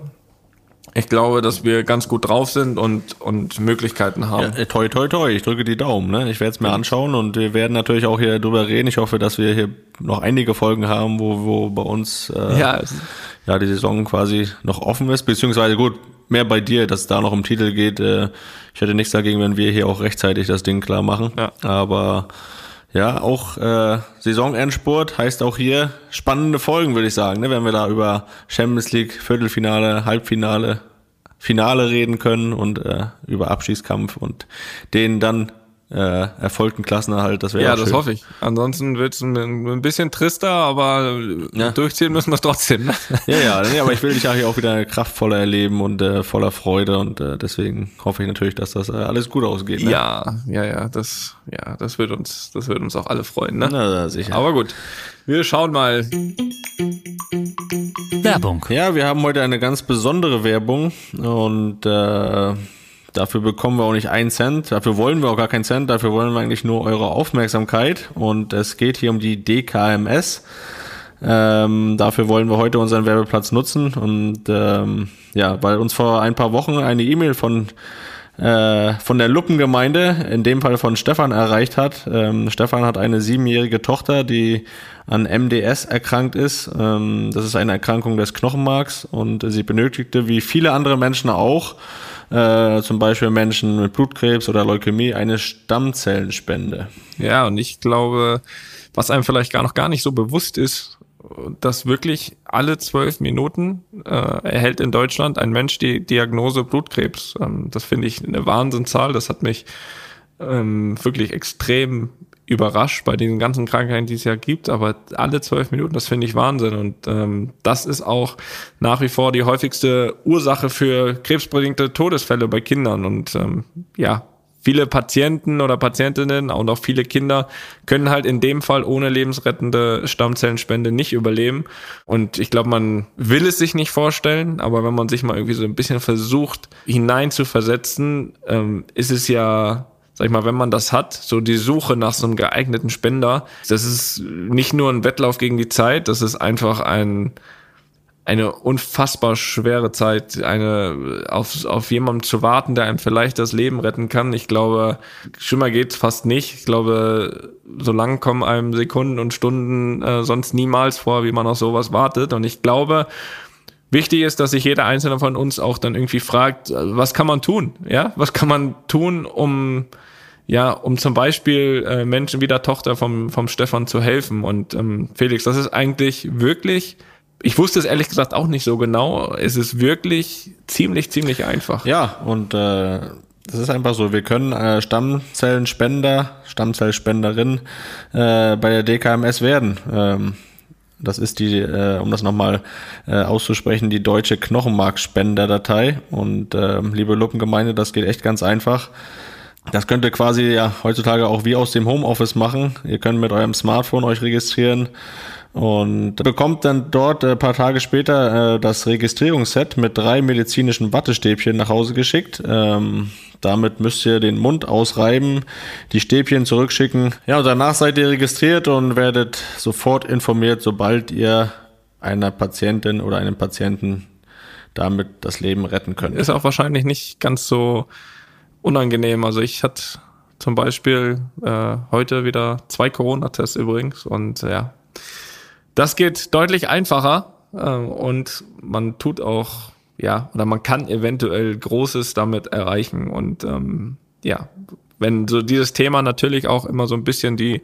[SPEAKER 4] Ich glaube, dass wir ganz gut drauf sind und und Möglichkeiten haben.
[SPEAKER 3] Ja, toi, toi, toi. Ich drücke die Daumen. Ne? Ich werde es mir mhm. anschauen und wir werden natürlich auch hier drüber reden. Ich hoffe, dass wir hier noch einige Folgen haben, wo, wo bei uns äh, ja. ja die Saison quasi noch offen ist. Beziehungsweise gut, mehr bei dir, dass es da noch um Titel geht. Äh, ich hätte nichts dagegen, wenn wir hier auch rechtzeitig das Ding klar machen. Ja. Aber... Ja, auch äh, Saisonendspurt heißt auch hier spannende Folgen, würde ich sagen, ne? Wenn wir da über Champions League, Viertelfinale, Halbfinale, Finale reden können und äh, über Abstiegskampf und den dann äh, erfolgten Klassenerhalt, das wäre
[SPEAKER 4] ja,
[SPEAKER 3] auch schön.
[SPEAKER 4] Das hoffe ich. Ansonsten wird's ein, ein bisschen trister, aber ja. durchziehen müssen wir es trotzdem. Ne?
[SPEAKER 3] Ja, ja, nee, aber ich will dich ja hier auch wieder kraftvoller erleben und äh, voller Freude und äh, deswegen hoffe ich natürlich, dass das äh, alles gut ausgeht. Ne?
[SPEAKER 4] Ja, ja, ja, das, ja, das wird uns, das wird uns auch alle freuen. Ne?
[SPEAKER 3] Na, sicher.
[SPEAKER 4] Aber gut, wir schauen mal.
[SPEAKER 3] Werbung. Ja, wir haben heute eine ganz besondere Werbung und äh, dafür bekommen wir auch nicht einen Cent, dafür wollen wir auch gar keinen Cent, dafür wollen wir eigentlich nur eure Aufmerksamkeit und es geht hier um die D K M S. Ähm, dafür wollen wir heute unseren Werbeplatz nutzen und ähm, ja, weil uns vor ein paar Wochen eine E-Mail von äh, von der Luppengemeinde, in dem Fall von Stefan, erreicht hat. Ähm, Stefan hat eine siebenjährige Tochter, die an M D S erkrankt ist. Ähm, das ist eine Erkrankung des Knochenmarks und sie benötigte, wie viele andere Menschen auch, Äh, zum Beispiel Menschen mit Blutkrebs oder Leukämie, eine Stammzellenspende.
[SPEAKER 4] Ja, und ich glaube, was einem vielleicht gar noch gar nicht so bewusst ist, dass wirklich alle zwölf Minuten äh, erhält in Deutschland ein Mensch die Diagnose Blutkrebs. Ähm, das finde ich eine Wahnsinnszahl. Das hat mich ähm, wirklich extrem überrascht bei den ganzen Krankheiten, die es ja gibt, aber alle zwölf Minuten, das finde ich Wahnsinn und ähm, das ist auch nach wie vor die häufigste Ursache für krebsbedingte Todesfälle bei Kindern und ähm, ja, viele Patienten oder Patientinnen und auch viele Kinder können halt in dem Fall ohne lebensrettende Stammzellenspende nicht überleben und ich glaube, man will es sich nicht vorstellen, aber wenn man sich mal irgendwie so ein bisschen versucht hineinzuversetzen, ähm, ist es ja, sag ich mal, wenn man das hat, so die Suche nach so einem geeigneten Spender, das ist nicht nur ein Wettlauf gegen die Zeit, das ist einfach ein eine unfassbar schwere Zeit, eine auf auf jemanden zu warten, der einem vielleicht das Leben retten kann. Ich glaube, schlimmer geht's fast nicht. Ich glaube, so lang kommen einem Sekunden und Stunden äh, sonst niemals vor, wie man auf sowas wartet. Und ich glaube, wichtig ist, dass sich jeder Einzelne von uns auch dann irgendwie fragt, was kann man tun? Ja, was kann man tun, um ja, um zum Beispiel äh, Menschen wie der Tochter vom vom Stefan zu helfen. Und ähm, Felix, das ist eigentlich wirklich, ich wusste es ehrlich gesagt auch nicht so genau, es ist wirklich ziemlich, ziemlich einfach.
[SPEAKER 3] Ja, und äh, das ist einfach so, wir können äh, Stammzellenspender, Stammzellspenderin äh, bei der D K M S werden. Ähm, das ist die, äh, um das nochmal äh, auszusprechen, die deutsche Knochenmarkspenderdatei. Und äh, liebe Luppengemeinde, das geht echt ganz einfach. Das könnt ihr quasi ja heutzutage auch wie aus dem Homeoffice machen. Ihr könnt mit eurem Smartphone euch registrieren und bekommt dann dort ein äh, paar Tage später äh, das Registrierungsset mit drei medizinischen Wattestäbchen nach Hause geschickt. Ähm, damit müsst ihr den Mund ausreiben, die Stäbchen zurückschicken. Ja, und danach seid ihr registriert und werdet sofort informiert, sobald ihr einer Patientin oder einem Patienten damit das Leben retten könnt.
[SPEAKER 4] Ist auch wahrscheinlich nicht ganz so unangenehm. Also ich hatte zum Beispiel äh, heute wieder zwei Corona-Tests übrigens und ja, das geht deutlich einfacher äh, und man tut auch, ja, oder man kann eventuell Großes damit erreichen und ähm, ja, wenn so dieses Thema natürlich auch immer so ein bisschen die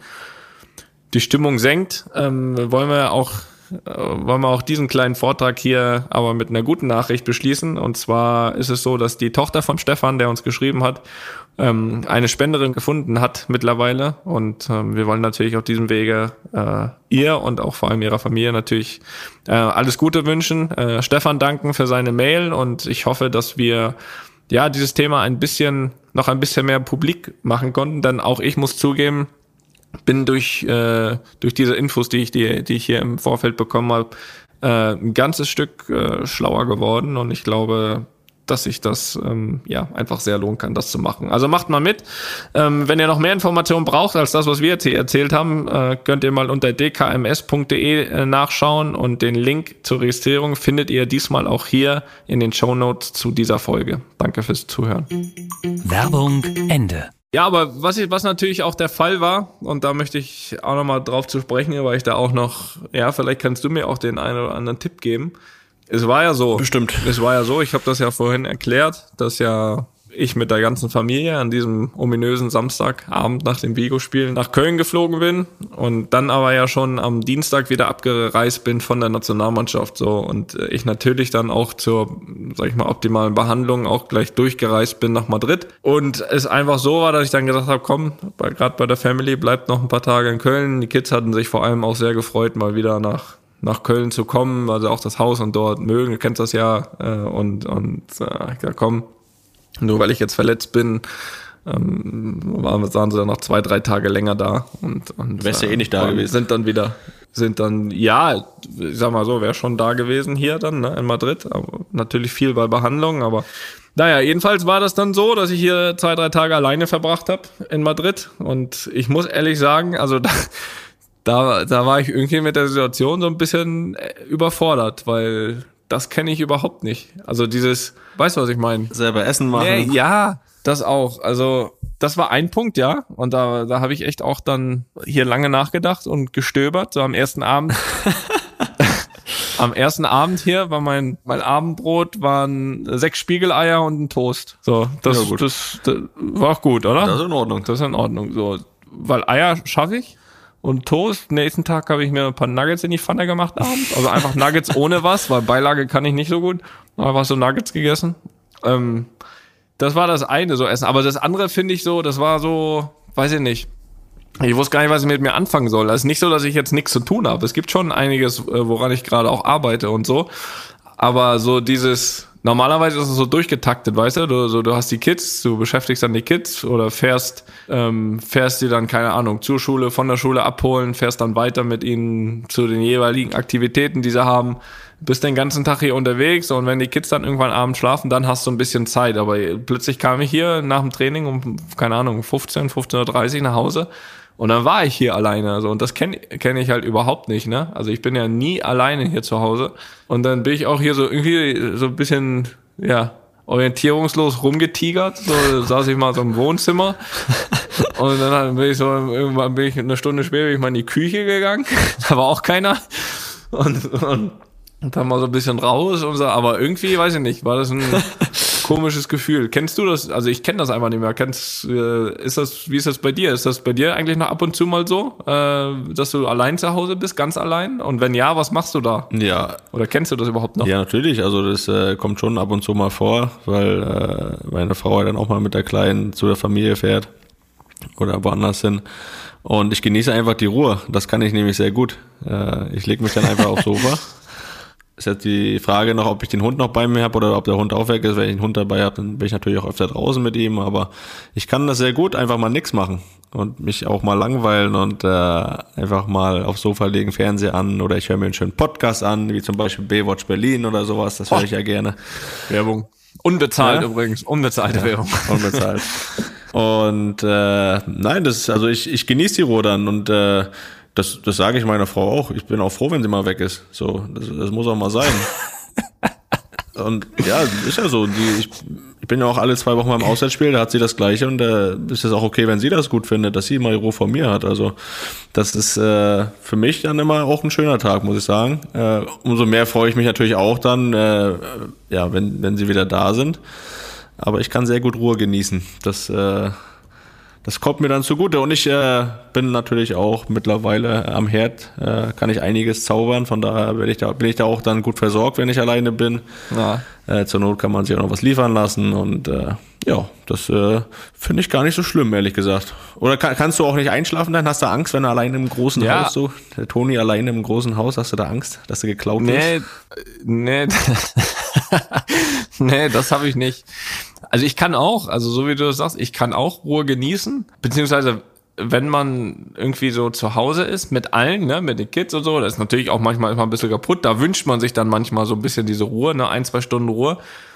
[SPEAKER 4] die Stimmung senkt, ähm, wollen wir auch wollen wir auch diesen kleinen Vortrag hier aber mit einer guten Nachricht beschließen. Und zwar ist es so, dass die Tochter von Stefan, der uns geschrieben hat, ähm, eine Spenderin gefunden hat mittlerweile. Und ähm, wir wollen natürlich auf diesem Wege äh, ihr und auch vor allem ihrer Familie natürlich äh, alles Gute wünschen. Äh, Stefan danken für seine Mail und ich hoffe, dass wir ja dieses Thema ein bisschen noch ein bisschen mehr publik machen konnten. Denn auch ich muss zugeben, bin durch äh, durch diese Infos, die ich die die ich hier im Vorfeld bekommen habe, äh, ein ganzes Stück äh, schlauer geworden und ich glaube, dass sich das ähm, ja einfach sehr lohnen kann, das zu machen. Also macht mal mit. Ähm, wenn ihr noch mehr Informationen braucht als das, was wir jetzt hier erzählt haben, äh, könnt ihr mal unter d k m s punkt d e äh, nachschauen und den Link zur Registrierung findet ihr diesmal auch hier in den Shownotes zu dieser Folge. Danke fürs Zuhören.
[SPEAKER 2] Werbung Ende.
[SPEAKER 4] Ja, aber was, ich, was natürlich auch der Fall war, und da möchte ich auch nochmal drauf zu sprechen, weil ich da auch noch, ja, vielleicht kannst du mir auch den einen oder anderen Tipp geben. Es war ja so.
[SPEAKER 3] Bestimmt.
[SPEAKER 4] Es war ja so, ich habe das ja vorhin erklärt, dass ja ich mit der ganzen Familie an diesem ominösen Samstagabend nach dem Vigo-Spiel nach Köln geflogen bin und dann aber ja schon am Dienstag wieder abgereist bin von der Nationalmannschaft so und ich natürlich dann auch zur, sag ich mal, optimalen Behandlung auch gleich durchgereist bin nach Madrid und es einfach so war, dass ich dann gesagt habe, komm, gerade bei der Family bleibt noch ein paar Tage in Köln. Die Kids hatten sich vor allem auch sehr gefreut, mal wieder nach nach Köln zu kommen, weil sie auch das Haus und dort mögen, du kennst das ja und und äh, ich gesagt, komm, nur weil ich jetzt verletzt bin, ähm, waren, waren sie dann noch zwei, drei Tage länger da. Und, und
[SPEAKER 3] wärst ja eh nicht da gewesen.
[SPEAKER 4] Sind dann wieder, sind dann, ja, ich sag mal so, wäre schon da gewesen hier dann, ne, in Madrid. Aber natürlich viel bei Behandlung, aber naja, jedenfalls war das dann so, dass ich hier zwei, drei Tage alleine verbracht habe in Madrid. Und ich muss ehrlich sagen, also da, da, da war ich irgendwie mit der Situation so ein bisschen überfordert, weil das kenne ich überhaupt nicht. Also dieses, weißt du, was ich meine?
[SPEAKER 3] Selber Essen machen.
[SPEAKER 4] Nee, ja, das auch. Also das war ein Punkt, ja. Und da, da habe ich echt auch dann hier lange nachgedacht und gestöbert. So am ersten Abend. Am ersten Abend hier war mein mein Abendbrot waren sechs Spiegeleier und ein Toast. So, das,
[SPEAKER 3] ja, gut.
[SPEAKER 4] das, das war auch gut, oder?
[SPEAKER 3] Das ist in Ordnung.
[SPEAKER 4] Das ist in Ordnung. So, weil Eier schaffe ich. Und Toast, nächsten Tag habe ich mir ein paar Nuggets in die Pfanne gemacht abends. Also einfach Nuggets ohne was, weil Beilage kann ich nicht so gut. Einfach so Nuggets gegessen. Ähm, das war das eine, so Essen. Aber das andere finde ich so, das war so, weiß ich nicht. Ich wusste gar nicht, was ich mit mir anfangen soll. Es ist nicht so, dass ich jetzt nichts zu tun habe. Es gibt schon einiges, woran ich gerade auch arbeite und so. Aber so dieses, normalerweise ist es so durchgetaktet, weißt du? Du, so, du hast die Kids, du beschäftigst dann die Kids oder fährst, ähm, fährst die dann, keine Ahnung, zur Schule, von der Schule abholen, fährst dann weiter mit ihnen zu den jeweiligen Aktivitäten, die sie haben, bist den ganzen Tag hier unterwegs und wenn die Kids dann irgendwann abends schlafen, dann hast du ein bisschen Zeit. Aber plötzlich kam ich hier nach dem Training um, keine Ahnung, fünfzehn, fünfzehn Uhr dreißig nach Hause Und dann war ich hier alleine, also, und das kenne kenn ich halt überhaupt nicht, ne? Also ich bin ja nie alleine hier zu Hause. Und dann bin ich auch hier so irgendwie so ein bisschen, ja, orientierungslos rumgetigert. So saß ich mal so im Wohnzimmer. Und dann bin ich so, irgendwann bin ich eine Stunde später bin ich mal in die Küche gegangen. Da war auch keiner. Und, und, und dann mal so ein bisschen raus und so, aber irgendwie, weiß ich nicht, war das ein komisches Gefühl. Kennst du das? Also ich kenne das einfach nicht mehr. Kennst, äh, ist das, wie ist das bei dir? Ist das bei dir eigentlich noch ab und zu mal so, äh, dass du allein zu Hause bist, ganz allein? Und wenn ja, was machst du da?
[SPEAKER 3] Ja.
[SPEAKER 4] Oder kennst du das überhaupt noch?
[SPEAKER 3] Ja, natürlich. Also das äh, kommt schon ab und zu mal vor, weil äh, meine Frau ja dann auch mal mit der Kleinen zu der Familie fährt oder woanders hin. Und ich genieße einfach die Ruhe. Das kann ich nämlich sehr gut. Äh, ich lege mich dann einfach aufs Sofa. Ist jetzt die Frage noch, ob ich den Hund noch bei mir habe oder ob der Hund auch weg ist. Wenn ich einen Hund dabei habe, dann bin ich natürlich auch öfter draußen mit ihm. Aber ich kann das sehr gut, einfach mal nichts machen und mich auch mal langweilen und äh, einfach mal aufs Sofa legen, Fernseher an oder ich höre mir einen schönen Podcast an, wie zum Beispiel Baywatch Berlin oder sowas. Das höre ich ja gerne.
[SPEAKER 4] Werbung. Unbezahlt
[SPEAKER 3] ja?
[SPEAKER 4] übrigens. Unbezahlte ja, Werbung.
[SPEAKER 3] Unbezahlt. Und äh, nein, das also ich ich genieße die Ruhe dann und äh, das das sage ich meiner Frau auch. Ich bin auch froh, wenn sie mal weg ist. So, das, das muss auch mal sein. Und ja, ist ja so. Die, ich, ich bin ja auch alle zwei Wochen beim Auswärtsspiel, da hat sie das Gleiche und da äh, ist es auch okay, wenn sie das gut findet, dass sie mal die Ruhe von mir hat. Also das ist äh, für mich dann immer auch ein schöner Tag, muss ich sagen. Äh, umso mehr freue ich mich natürlich auch dann, äh, ja, wenn wenn sie wieder da sind. Aber ich kann sehr gut Ruhe genießen. Das, äh, das kommt mir dann zugute. Und ich äh, bin natürlich auch mittlerweile am Herd, äh, kann ich einiges zaubern. Von daher bin ich da, bin ich da auch dann gut versorgt, wenn ich alleine bin. Ja. Äh, zur Not kann man sich auch noch was liefern lassen. Und äh, ja, das äh, finde ich gar nicht so schlimm, ehrlich gesagt. Oder kann, kannst du auch nicht einschlafen dann? Hast du Angst, wenn du alleine im großen ja. Haus so, der Toni alleine im großen Haus, hast du da Angst, dass du geklaut wirst?
[SPEAKER 4] Nee, nee. Nee, das habe ich nicht. Also ich kann auch, also so wie du das sagst, ich kann auch Ruhe genießen, beziehungsweise wenn man irgendwie so zu Hause ist, mit allen, ne, mit den Kids und so, das ist natürlich auch manchmal immer ein bisschen kaputt, da wünscht man sich dann manchmal so ein bisschen diese Ruhe, ne, ein, zwei Stunden Ruhe.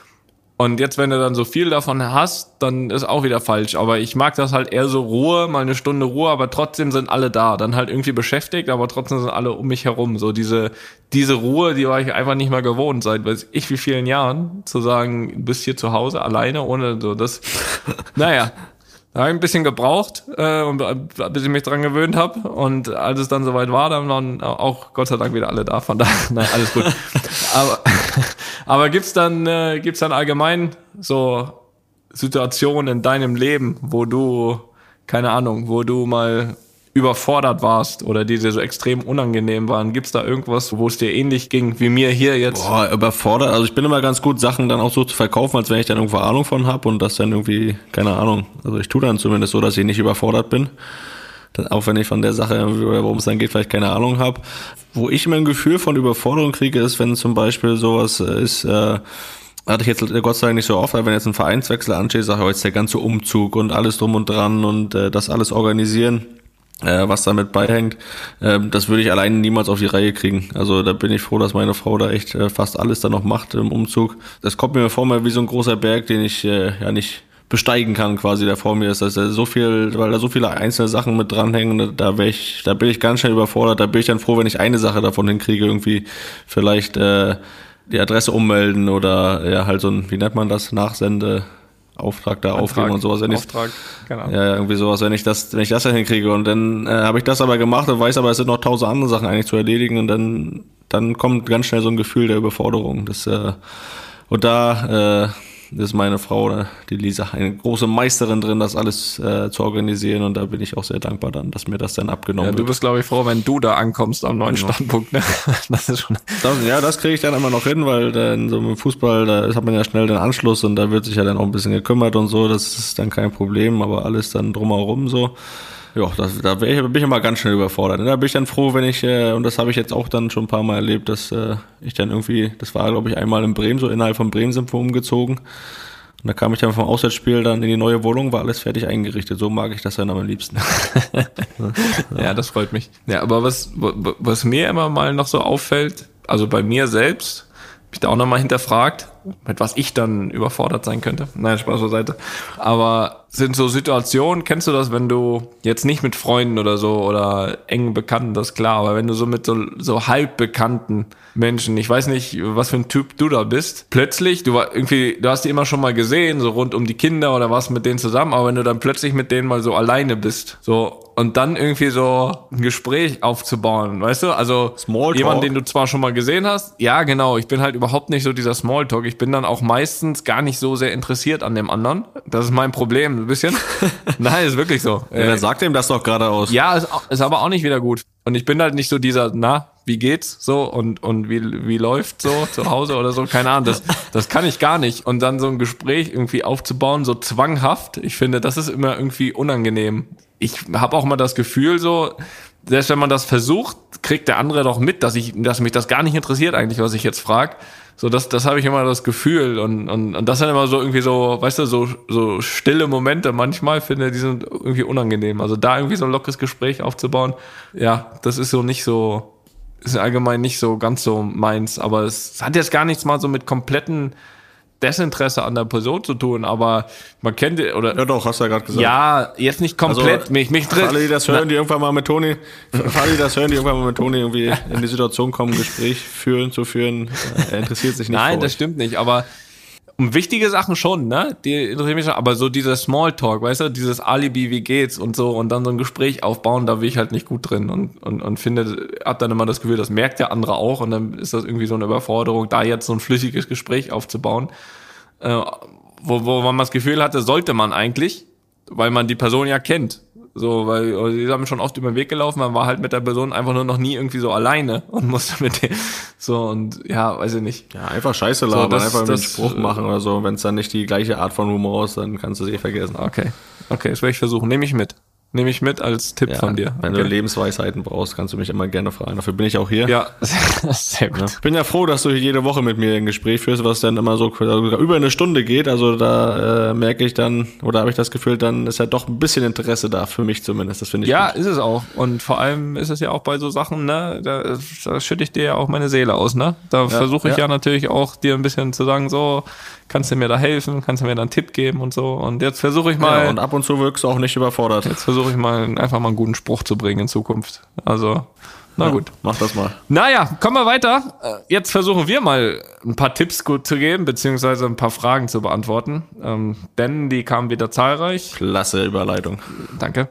[SPEAKER 4] Und jetzt, wenn du dann so viel davon hast, dann ist auch wieder falsch. Aber ich mag das halt eher so Ruhe, mal eine Stunde Ruhe, aber trotzdem sind alle da. Dann halt irgendwie beschäftigt, aber trotzdem sind alle um mich herum. So diese diese Ruhe, die war ich einfach nicht mehr gewohnt, seit weiß ich wie vielen Jahren, zu sagen, du bist hier zu Hause alleine, ohne so das. Naja, da habe ich ein bisschen gebraucht, äh, bis ich mich dran gewöhnt habe. Und als es dann soweit war, dann waren auch Gott sei Dank wieder alle da. Von daher, nein, alles gut. aber aber gibt's dann äh, gibt's dann allgemein so Situationen in deinem Leben, wo du, keine Ahnung, wo du mal überfordert warst oder die dir so extrem unangenehm waren? Gibt's da irgendwas, wo es dir ähnlich ging wie mir hier jetzt?
[SPEAKER 3] Boah, überfordert. Also ich bin immer ganz gut, Sachen dann auch so zu verkaufen, als wenn ich dann irgendwo Ahnung von habe und das dann irgendwie, keine Ahnung, also ich tue dann zumindest so, dass ich nicht überfordert bin. Dann, auch wenn ich von der Sache, worum es dann geht, vielleicht keine Ahnung habe. Wo ich immer ein Gefühl von Überforderung kriege, ist, wenn zum Beispiel sowas ist, äh, hatte ich jetzt Gott sei Dank nicht so oft, aber wenn jetzt ein Vereinswechsel ansteht, sage ich, jetzt der ganze Umzug und alles drum und dran und äh, das alles organisieren, äh, was damit beihängt, äh, das würde ich alleine niemals auf die Reihe kriegen. Also da bin ich froh, dass meine Frau da echt äh, fast alles dann noch macht im Umzug. Das kommt mir vor mir wie so ein großer Berg, den ich äh, ja nicht besteigen kann, quasi, der vor mir ist. Das ist so viel, weil da so viele einzelne Sachen mit dranhängen, da wäre ich, da bin ich ganz schnell überfordert. Da bin ich dann froh, wenn ich eine Sache davon hinkriege, irgendwie vielleicht äh, die Adresse ummelden oder ja halt so ein, wie nennt man das, Nachsende Auftrag da aufgeben und sowas. Wenn
[SPEAKER 4] Auftrag,
[SPEAKER 3] ich,
[SPEAKER 4] genau.
[SPEAKER 3] Ja, irgendwie sowas, wenn ich das, wenn ich das dann hinkriege und dann äh, habe ich das aber gemacht und weiß aber, es sind noch tausend andere Sachen eigentlich zu erledigen und dann, dann kommt ganz schnell so ein Gefühl der Überforderung. Das, äh, und da äh, ist meine Frau, die Lisa, eine große Meisterin drin, das alles äh, zu organisieren und da bin ich auch sehr dankbar dann, dass mir das dann abgenommen
[SPEAKER 4] ja,
[SPEAKER 3] wird.
[SPEAKER 4] Du bist, glaube ich, froh, wenn du da ankommst am neuen Standpunkt. Ne? Das ist schon
[SPEAKER 3] das, ja, das kriege ich dann immer noch hin, weil dann so im Fußball, da hat man ja schnell den Anschluss und da wird sich ja dann auch ein bisschen gekümmert und so, das ist dann kein Problem, aber alles dann drumherum so. Ja, das, da bin ich, bin ich immer ganz schnell überfordert. Da bin ich dann froh, wenn ich, äh, und das habe ich jetzt auch dann schon ein paar Mal erlebt, dass äh, ich dann irgendwie, das war glaube ich einmal in Bremen, so innerhalb von Bremen sind wir umgezogen. Und da kam ich dann vom Auswärtsspiel dann in die neue Wohnung, war alles fertig eingerichtet. So mag ich das dann am liebsten.
[SPEAKER 4] ja. ja, das freut mich. Ja, aber was, was mir immer mal noch so auffällt, also bei mir selbst, hab ich da auch nochmal hinterfragt, mit was ich dann überfordert sein könnte. Nein, Spaß beiseite. Aber sind so Situationen, kennst du das, wenn du jetzt nicht mit Freunden oder so oder engen Bekannten, das ist klar, aber wenn du so mit so, so halb bekannten Menschen, ich weiß nicht, was für ein Typ du da bist, plötzlich, du war irgendwie, du hast die immer schon mal gesehen, so rund um die Kinder oder was mit denen zusammen, aber wenn du dann plötzlich mit denen mal so alleine bist, so, und dann irgendwie so ein Gespräch aufzubauen, weißt du, also
[SPEAKER 3] Smalltalk.
[SPEAKER 4] Jemand, den du zwar schon mal gesehen hast, ja genau, ich bin halt überhaupt nicht so dieser Smalltalk, ich bin dann auch meistens gar nicht so sehr interessiert an dem anderen, das ist mein Problem, ein bisschen. Nein, ist wirklich so.
[SPEAKER 3] Ja, dann sagt ihm das doch geradeaus.
[SPEAKER 4] Ja, ist, ist aber auch nicht wieder gut. Und ich bin halt nicht so dieser, na, wie geht's so und und wie wie läuft so zu Hause oder so, keine Ahnung, das das kann ich gar nicht. Und dann so ein Gespräch irgendwie aufzubauen, so zwanghaft, ich finde, das ist immer irgendwie unangenehm. Ich habe auch mal das Gefühl so, selbst wenn man das versucht, kriegt der andere doch mit, dass ich, dass mich das gar nicht interessiert eigentlich, was ich jetzt frage. So, das, das habe ich immer das Gefühl und, und, und das sind immer so irgendwie so, weißt du, so, so stille Momente manchmal, finde, die sind irgendwie unangenehm. Also da irgendwie so ein lockeres Gespräch aufzubauen, ja, das ist so nicht so, ist allgemein nicht so ganz so meins, aber es hat jetzt gar nichts mal so mit kompletten Desinteresse an der Person zu tun, aber man kennt, oder?
[SPEAKER 3] Ja doch, hast du ja gerade gesagt.
[SPEAKER 4] Ja, jetzt nicht komplett,
[SPEAKER 3] also,
[SPEAKER 4] mich, mich
[SPEAKER 3] für alle, die das hören, die irgendwann mal mit Toni, für alle, die das hören, die irgendwann mal mit Toni irgendwie in die Situation kommen, ein Gespräch führen, zu führen, er interessiert sich nicht.
[SPEAKER 4] Nein,
[SPEAKER 3] für
[SPEAKER 4] das
[SPEAKER 3] euch.
[SPEAKER 4] stimmt nicht, aber um wichtige Sachen schon, ne? Die interessieren mich schon, aber so dieser Smalltalk, weißt du, dieses Alibi, wie geht's und so und dann so ein Gespräch aufbauen, da bin ich halt nicht gut drin und und und finde, hab dann immer das Gefühl, das merkt der andere auch und dann ist das irgendwie so eine Überforderung, da jetzt so ein flüssiges Gespräch aufzubauen, äh, wo wo man das Gefühl hatte, sollte man eigentlich, weil man die Person ja kennt. So, weil die haben schon oft über den Weg gelaufen, man war halt mit der Person einfach nur noch nie irgendwie so alleine und musste mit dem, so und ja, weiß ich nicht.
[SPEAKER 3] Ja, einfach Scheiße labern,
[SPEAKER 4] So, das-
[SPEAKER 3] einfach einen
[SPEAKER 4] das,
[SPEAKER 3] Spruch machen oder so. Wenn es dann nicht die gleiche Art von Humor ist, dann kannst du sie vergessen.
[SPEAKER 4] Okay, okay, das werde ich versuchen. Nehme ich mit. Nehme ich mit als Tipp
[SPEAKER 3] Ja,
[SPEAKER 4] von dir.
[SPEAKER 3] wenn
[SPEAKER 4] Okay.
[SPEAKER 3] du Lebensweisheiten brauchst, kannst du mich immer gerne fragen. Dafür bin ich auch hier.
[SPEAKER 4] Ja, sehr gut.
[SPEAKER 3] Ich bin ja froh, dass du jede Woche mit mir ein Gespräch führst, was dann immer so sogar über eine Stunde geht. Also da äh, merke ich dann, oder habe ich das Gefühl, dann ist ja doch ein bisschen Interesse da, für mich zumindest. Das finde ich
[SPEAKER 4] Ja,
[SPEAKER 3] gut.
[SPEAKER 4] ist es auch. Und vor allem ist es ja auch bei so Sachen, ne, da, da schütte ich dir ja auch meine Seele aus, ne? Da versuche ich ja.
[SPEAKER 3] ja.
[SPEAKER 4] natürlich auch dir ein bisschen zu sagen, so, kannst du mir da helfen, kannst du mir da einen Tipp geben und so. Und jetzt versuche ich mal,
[SPEAKER 3] Ja, und ab und zu wirkst du auch nicht überfordert.
[SPEAKER 4] jetzt versuche ich mal einfach mal einen guten Spruch zu bringen in Zukunft. Also, na gut.
[SPEAKER 3] Mach das mal.
[SPEAKER 4] Naja, kommen wir weiter. Äh, Jetzt versuchen wir mal ein paar Tipps gut zu geben, beziehungsweise ein paar Fragen zu beantworten. Ähm, denn die kamen wieder zahlreich.
[SPEAKER 3] Klasse Überleitung.
[SPEAKER 4] Danke.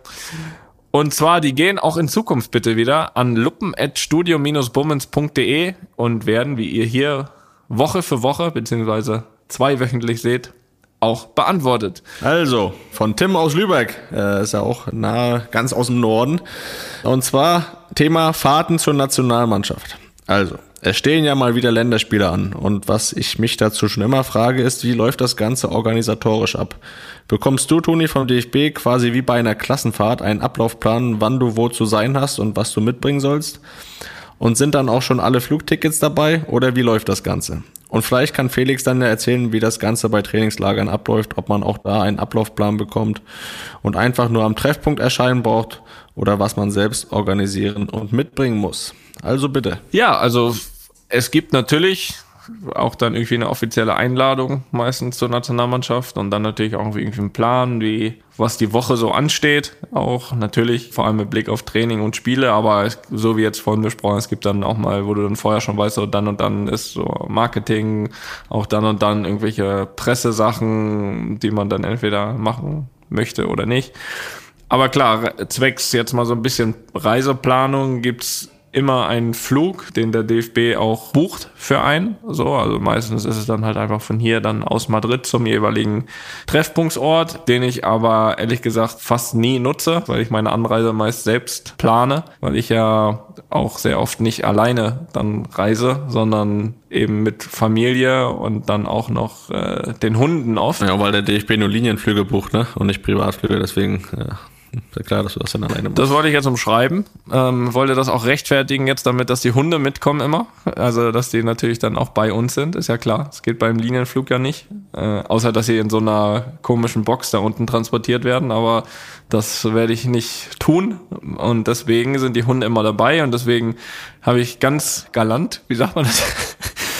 [SPEAKER 4] Und zwar, die gehen auch in Zukunft bitte wieder an luppen at studio bummens punkt de und werden, wie ihr hier Woche für Woche, beziehungsweise zweiwöchentlich seht, auch beantwortet.
[SPEAKER 3] Also, von Tim aus Lübeck, äh, ist ja auch nahe, ganz aus dem Norden. Und zwar Thema Fahrten zur Nationalmannschaft. Also, es stehen ja mal wieder Länderspiele an. Und was ich mich dazu schon immer frage, ist, wie läuft das Ganze organisatorisch ab? Bekommst du, Toni, vom D F B quasi wie bei einer Klassenfahrt einen Ablaufplan, wann du wo zu sein hast und was du mitbringen sollst? Und sind dann auch schon alle Flugtickets dabei oder wie läuft das Ganze? Und vielleicht kann Felix dann ja erzählen, wie das Ganze bei Trainingslagern abläuft, ob man auch da einen Ablaufplan bekommt und einfach nur am Treffpunkt erscheinen braucht oder was man selbst organisieren und mitbringen muss. Also bitte.
[SPEAKER 4] Ja, also es gibt natürlich auch dann irgendwie eine offizielle Einladung meistens zur Nationalmannschaft und dann natürlich auch irgendwie einen Plan, wie was die Woche so ansteht. Auch natürlich vor allem mit Blick auf Training und Spiele, aber es, so wie jetzt vorhin besprochen, es gibt dann auch mal, wo du dann vorher schon weißt, so dann und dann ist so Marketing, auch dann und dann irgendwelche Pressesachen, die man dann entweder machen möchte oder nicht. Aber klar, zwecks jetzt mal so ein bisschen Reiseplanung gibt's immer einen Flug, den der D F B auch bucht für einen. So, also meistens ist es dann halt einfach von hier dann aus Madrid zum jeweiligen Treffpunktsort, den ich aber ehrlich gesagt fast nie nutze, weil ich meine Anreise meist selbst plane, weil ich ja auch sehr oft nicht alleine dann reise, sondern eben mit Familie und dann auch noch äh, den Hunden oft.
[SPEAKER 3] Ja, weil der D F B nur Linienflüge bucht, ne? Und nicht Privatflüge, deswegen ja, ist ja klar, dass du das dann alleine machst.
[SPEAKER 4] Das wollte ich jetzt umschreiben. Ähm, wollte das auch rechtfertigen jetzt damit, dass die Hunde mitkommen immer. Also, dass die natürlich dann auch bei uns sind, ist ja klar. Es geht beim Linienflug ja nicht. Äh, außer, dass sie in so einer komischen Box da unten transportiert werden. Aber das werde ich nicht tun. Und deswegen sind die Hunde immer dabei. Und deswegen habe ich ganz galant, wie sagt man das?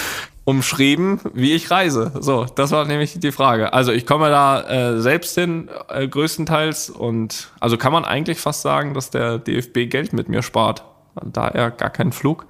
[SPEAKER 4] umschrieben, wie ich reise. So, das war nämlich die Frage. Also ich komme da äh, selbst hin, äh, größtenteils. Und also kann man eigentlich fast sagen, dass der D F B Geld mit mir spart. Da er gar keinen Flug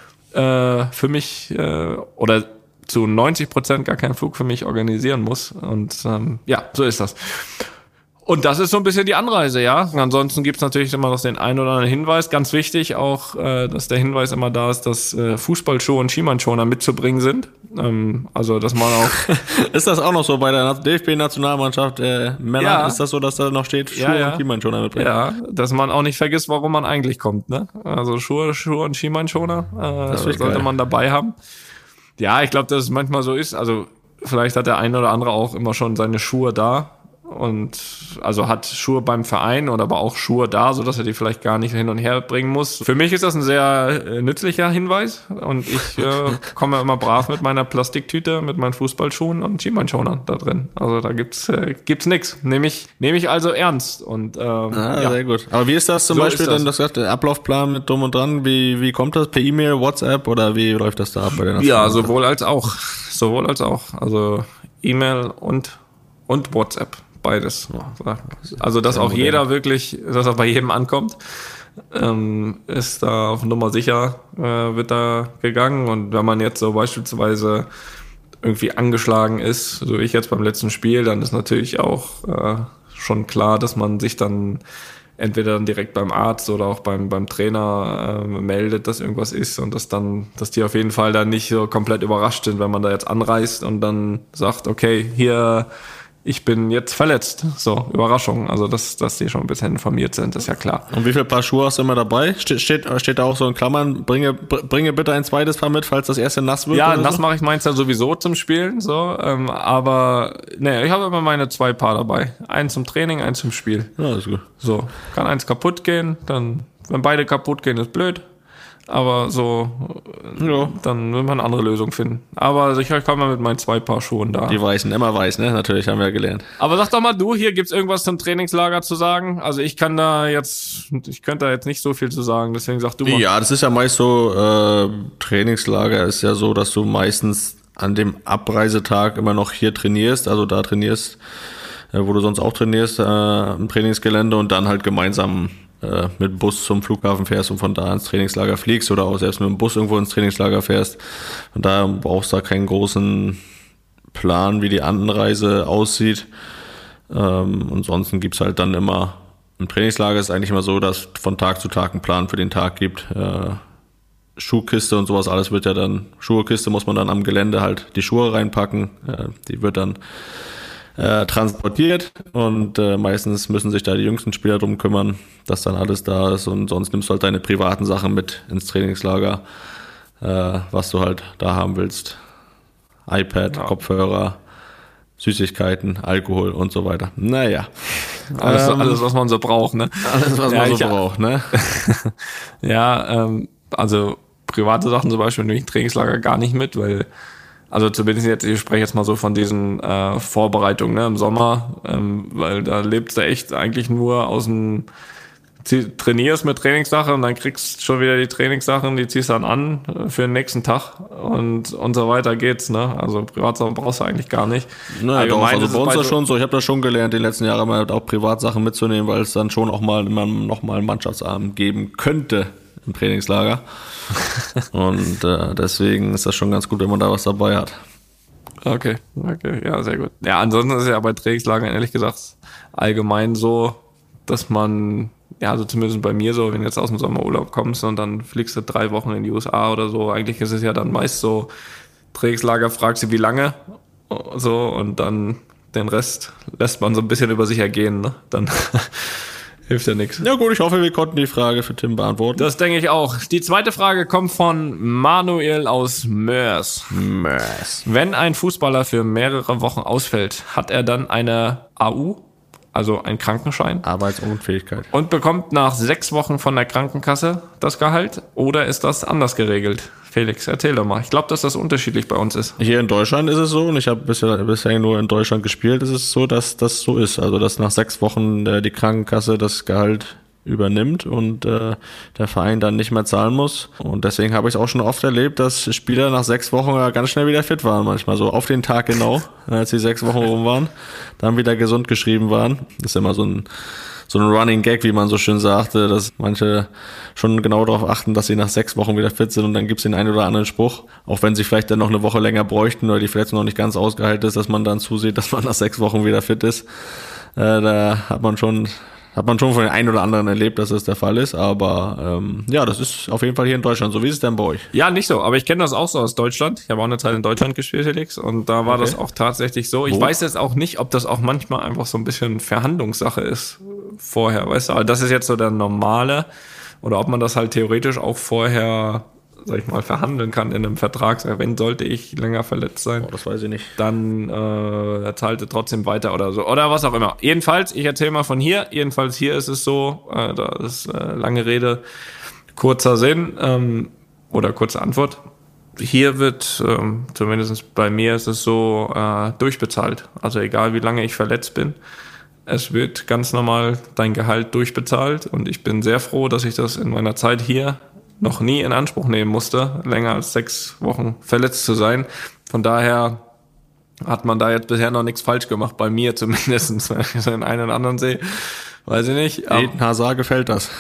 [SPEAKER 4] äh, für mich äh, oder zu neunzig Prozent gar keinen Flug für mich organisieren muss. Und ähm, ja, so ist das. Und das ist so ein bisschen die Anreise, ja. Und ansonsten gibt's natürlich immer noch den einen oder anderen Hinweis. Ganz wichtig auch, äh, dass der Hinweis immer da ist, dass äh, Fußballschuhe und Schienbeinschoner mitzubringen sind. Ähm, also, dass man auch...
[SPEAKER 3] Ist das auch noch so bei der D F B-Nationalmannschaft äh, Männer?
[SPEAKER 4] Ja.
[SPEAKER 3] Ist das so, dass da noch steht, Schuhe
[SPEAKER 4] Ja, ja.
[SPEAKER 3] und Schienbeinschoner mitbringen?
[SPEAKER 4] Ja, dass man auch nicht vergisst, warum man eigentlich kommt, ne? Also Schuhe, Schuhe und Schienbeinschoner äh,
[SPEAKER 3] Das wird
[SPEAKER 4] sollte
[SPEAKER 3] geil.
[SPEAKER 4] man dabei haben. Ja, ich glaube, dass es manchmal so ist. Also vielleicht hat der eine oder andere auch immer schon seine Schuhe da. Und also hat Schuhe beim Verein oder aber auch Schuhe da, so dass er die vielleicht gar nicht hin und her bringen muss. Für mich ist das ein sehr äh, nützlicher Hinweis und ich äh, komme immer brav mit meiner Plastiktüte, mit meinen Fußballschuhen und Schienbeinschonern da drin. Also da gibt's äh, gibt's nix. Nehme ich nehme ich also ernst und ähm,
[SPEAKER 3] Ah,
[SPEAKER 4] ja.
[SPEAKER 3] sehr gut. Aber wie ist das zum
[SPEAKER 4] So
[SPEAKER 3] Beispiel
[SPEAKER 4] ist das.
[SPEAKER 3] denn, das gesagt, der Ablaufplan mit drum und dran? Wie, wie kommt das? Per E-Mail, WhatsApp oder wie läuft das da ab bei den
[SPEAKER 4] Ja, sowohl als auch, sowohl als auch. Also E-Mail und und WhatsApp. Beides. Also, dass auch jeder wirklich, dass er bei jedem ankommt, ähm, ist da auf Nummer sicher, äh, wird da gegangen. Und wenn man jetzt so beispielsweise irgendwie angeschlagen ist, so wie ich jetzt beim letzten Spiel, dann ist natürlich auch äh, schon klar, dass man sich dann entweder dann direkt beim Arzt oder auch beim beim Trainer äh, meldet, dass irgendwas ist und dass dann, dass die auf jeden Fall dann nicht so komplett überrascht sind, wenn man da jetzt anreist und dann sagt, okay, hier ich bin jetzt verletzt. So, Überraschung. Also, dass, dass die schon ein bisschen informiert sind, ist ja klar.
[SPEAKER 3] Und wie viele Paar Schuhe hast du immer dabei? Steht, steht, steht da auch so in Klammern, bringe, bringe bitte ein zweites Paar mit, falls das erste nass wird?
[SPEAKER 4] Ja,
[SPEAKER 3] oder
[SPEAKER 4] nass
[SPEAKER 3] so?
[SPEAKER 4] mache ich meins ja sowieso zum Spielen, so, ähm, aber, ne, ich habe immer meine zwei Paar dabei. Eins zum Training, eins zum Spiel.
[SPEAKER 3] Ja, ist gut.
[SPEAKER 4] So, kann eins kaputt gehen, dann, wenn beide kaputt gehen, ist blöd. Aber so,
[SPEAKER 3] Ja.
[SPEAKER 4] dann will man eine andere Lösung finden. Aber ich komme mal mit meinen zwei Paar Schuhen da.
[SPEAKER 3] Die Weißen, immer weiß, ne? Natürlich, haben wir ja gelernt.
[SPEAKER 4] Aber sag doch mal du, hier gibt's irgendwas zum Trainingslager zu sagen? Also ich kann da jetzt, ich könnte da jetzt nicht so viel zu sagen, deswegen sag du mal.
[SPEAKER 3] Ja, das ist ja meist so, äh, Trainingslager ist ja so, dass du meistens an dem Abreisetag immer noch hier trainierst, also da trainierst, äh, wo du sonst auch trainierst, äh, im Trainingsgelände und dann halt gemeinsam äh, mit dem Bus zum Flughafen fährst und von da ins Trainingslager fliegst oder auch selbst mit dem Bus irgendwo ins Trainingslager fährst. Von daher brauchst du da keinen großen Plan, wie die Anreise aussieht. Ähm, ansonsten gibt's halt dann immer, im Trainingslager ist es eigentlich immer so, dass von Tag zu Tag ein Plan für den Tag gibt. Äh, Schuhkiste und sowas, alles wird ja dann, Schuhkiste muss man dann am Gelände halt die Schuhe reinpacken. Äh, die wird dann äh, transportiert und äh, meistens müssen sich da die jüngsten Spieler drum kümmern, dass dann alles da ist und sonst nimmst du halt deine privaten Sachen mit ins Trainingslager, äh, was du halt da haben willst. iPad,
[SPEAKER 4] Ja.
[SPEAKER 3] Kopfhörer, Süßigkeiten, Alkohol und so weiter. Naja.
[SPEAKER 4] Alles,
[SPEAKER 3] Ähm,
[SPEAKER 4] alles, was man so braucht, ne?
[SPEAKER 3] Alles, was
[SPEAKER 4] Ja,
[SPEAKER 3] man so
[SPEAKER 4] ich-
[SPEAKER 3] braucht, ne?
[SPEAKER 4] Ja, ähm, also private Sachen zum Beispiel nehme ich im Trainingslager gar nicht mit, weil, also zumindest jetzt, ich spreche jetzt mal so von diesen äh, Vorbereitungen, ne, im Sommer, ähm, weil da lebst du echt eigentlich nur aus dem, zie- trainierst mit Trainingssachen und dann kriegst schon wieder die Trainingssachen, die ziehst dann an äh, für den nächsten Tag und und so weiter geht's, ne? Also Privatsachen brauchst du eigentlich gar nicht.
[SPEAKER 3] Naja, doch,
[SPEAKER 4] Allgemein
[SPEAKER 3] also
[SPEAKER 4] ist
[SPEAKER 3] bei
[SPEAKER 4] es
[SPEAKER 3] uns
[SPEAKER 4] bei
[SPEAKER 3] das
[SPEAKER 4] so-
[SPEAKER 3] schon so. Ich habe das schon gelernt, die letzten Jahre mal auch Privatsachen mitzunehmen, weil es dann schon auch mal immer noch mal einen Mannschaftsabend geben könnte im Trainingslager. Und äh, deswegen ist das schon ganz gut, wenn man da was dabei hat.
[SPEAKER 4] Okay, okay, ja, sehr gut. Ja, ansonsten ist es ja bei Trainingslagern ehrlich gesagt allgemein so, dass man, ja, also zumindest bei mir so, wenn du jetzt aus dem Sommerurlaub kommst und dann fliegst du drei Wochen in die U S A oder so, eigentlich ist es ja dann meist so, Trainingslager fragst du wie lange, so, und dann den Rest lässt man so ein bisschen über sich ergehen, ne? Dann hilft ja nichts.
[SPEAKER 3] Ja gut, ich hoffe, wir konnten die Frage für Tim beantworten.
[SPEAKER 4] Das denke ich auch. Die zweite Frage kommt von Manuel aus Mörs.
[SPEAKER 3] Mörs.
[SPEAKER 4] Wenn ein Fußballer für mehrere Wochen ausfällt, hat er dann eine A U, also einen Krankenschein,
[SPEAKER 3] Arbeitsunfähigkeit.
[SPEAKER 4] und bekommt nach sechs Wochen von der Krankenkasse das Gehalt? Oder ist das anders geregelt? Felix, erzähl doch mal. Ich glaube, dass das unterschiedlich bei uns ist.
[SPEAKER 3] Hier in Deutschland ist es so, und ich habe bisher, bisher nur in Deutschland gespielt, ist es so, dass das so ist. Also, dass nach sechs Wochen äh, die Krankenkasse das Gehalt übernimmt und äh, der Verein dann nicht mehr zahlen muss. Und deswegen habe ich es auch schon oft erlebt, dass Spieler nach sechs Wochen ja ganz schnell wieder fit waren, manchmal so auf den Tag genau, als die sechs Wochen rum waren, dann wieder gesund geschrieben waren. Das ist immer so ein so ein Running Gag, wie man so schön sagte, dass manche schon genau darauf achten, dass sie nach sechs Wochen wieder fit sind und dann gibt's den einen oder anderen Spruch, auch wenn sie vielleicht dann noch eine Woche länger bräuchten oder die Verletzung noch nicht ganz ausgeheilt ist, dass man dann zusieht, dass man nach sechs Wochen wieder fit ist. Äh, da hat man schon Hat man schon von den einen oder anderen erlebt, dass das der Fall ist, aber ähm, ja, das ist auf jeden Fall hier in Deutschland so. Wie ist es denn bei euch?
[SPEAKER 4] Ja, nicht so, aber ich kenne das auch so aus Deutschland. Ich habe auch eine Zeit in Deutschland gespielt, Felix, und da war
[SPEAKER 3] Okay.
[SPEAKER 4] das auch tatsächlich so. Ich
[SPEAKER 3] Wo?
[SPEAKER 4] weiß jetzt auch nicht, ob das auch manchmal einfach so ein bisschen Verhandlungssache ist vorher, weißt du, aber das ist jetzt so der normale, oder ob man das halt theoretisch auch vorher, sag ich mal, verhandeln kann in einem Vertrag. Wenn sollte ich länger verletzt sein,
[SPEAKER 3] Oh, das weiß ich nicht.
[SPEAKER 4] dann äh, er zahlte trotzdem weiter oder so. Oder was auch immer. Jedenfalls, ich erzähle mal von hier. Jedenfalls hier ist es so, äh, da ist äh, lange Rede, kurzer Sinn ähm, oder kurze Antwort. Hier wird, ähm, zumindest bei mir ist es so, äh, durchbezahlt. Also egal wie lange ich verletzt bin. Es wird ganz normal dein Gehalt durchbezahlt und ich bin sehr froh, dass ich das in meiner Zeit hier noch nie in Anspruch nehmen musste, länger als sechs Wochen verletzt zu sein. Von daher hat man da jetzt bisher noch nichts falsch gemacht, bei mir zumindest, wenn ich so den einen oder anderen sehe, weiß ich nicht. Aber
[SPEAKER 3] Eden Hazard gefällt das.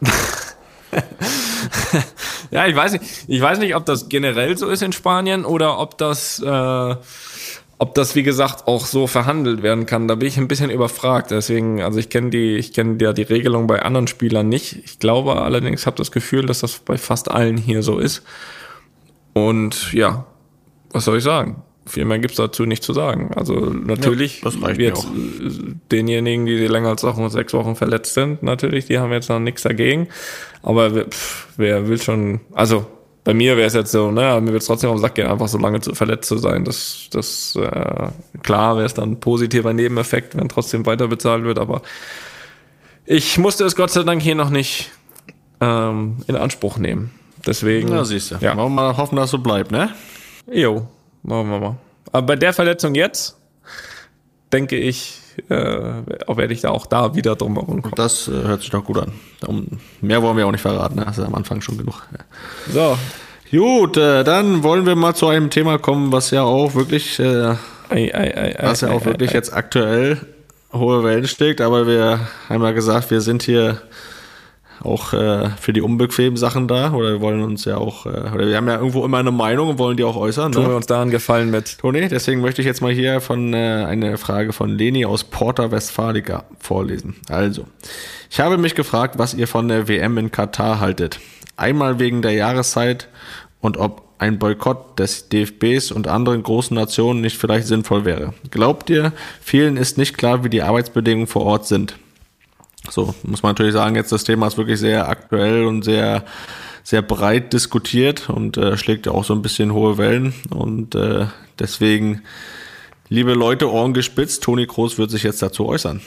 [SPEAKER 4] ja, ich weiß nicht, ich weiß nicht, ob das generell so ist in Spanien oder ob das, äh, ob das wie gesagt auch so verhandelt werden kann. Da bin ich ein bisschen überfragt. Deswegen, also ich kenne die, ich kenne ja die Regelung bei anderen Spielern nicht. Ich glaube allerdings, habe das Gefühl, dass das bei fast allen hier so ist. Und ja, was soll ich sagen? Viel mehr gibt's dazu nicht zu sagen. Also natürlich,
[SPEAKER 3] Ja, das reicht mir
[SPEAKER 4] jetzt
[SPEAKER 3] auch.
[SPEAKER 4] denjenigen, die länger als Wochen, sechs Wochen verletzt sind, natürlich, die haben jetzt noch nichts dagegen. Aber pff, wer will schon, also bei mir wäre es jetzt so, naja, mir wird es trotzdem auf den Sack gehen, einfach so lange zu, verletzt zu sein. Das, das äh, klar wäre es dann ein positiver Nebeneffekt, wenn trotzdem weiter bezahlt wird, aber ich musste es Gott sei Dank hier noch nicht ähm, in Anspruch nehmen. Deswegen.
[SPEAKER 3] Na, siehst du.
[SPEAKER 4] Ja.
[SPEAKER 3] Wollen wir mal hoffen, dass es so bleibt, ne?
[SPEAKER 4] Jo, machen wir mal. Aber bei der Verletzung jetzt, denke ich, äh, werde ich da auch da wieder drum herum kommen.
[SPEAKER 3] Das äh, hört sich doch gut an. Um, mehr wollen wir auch nicht verraten, ne? Das ist am Anfang schon genug.
[SPEAKER 4] So.
[SPEAKER 3] Gut, äh, dann wollen wir mal zu einem Thema kommen, was ja auch wirklich, äh,
[SPEAKER 4] Ei, ei, ei,
[SPEAKER 3] was ja
[SPEAKER 4] ei,
[SPEAKER 3] auch
[SPEAKER 4] ei,
[SPEAKER 3] wirklich
[SPEAKER 4] ei.
[SPEAKER 3] jetzt aktuell hohe Wellen schlägt, aber wir haben ja gesagt, wir sind hier auch äh, für die unbequemen Sachen da, oder wir wollen uns ja auch, äh, oder wir haben ja irgendwo immer eine Meinung und wollen die auch äußern,
[SPEAKER 4] Tun wir
[SPEAKER 3] ne?
[SPEAKER 4] uns da einen Gefallen mit.
[SPEAKER 3] Toni, deswegen möchte ich jetzt mal hier von äh, eine Frage von Leni aus Porta Westfalica vorlesen. Also, ich habe mich gefragt, was ihr von der W M in Katar haltet. Einmal wegen der Jahreszeit und ob ein Boykott des D F Bs und anderen großen Nationen nicht vielleicht sinnvoll wäre. Glaubt ihr, vielen ist nicht klar, wie die Arbeitsbedingungen vor Ort sind? So, muss man natürlich sagen, jetzt das Thema ist wirklich sehr aktuell und sehr, sehr breit diskutiert und äh, schlägt ja auch so ein bisschen hohe Wellen und äh, deswegen, liebe Leute, Ohren gespitzt, Toni Kroos wird sich jetzt dazu äußern.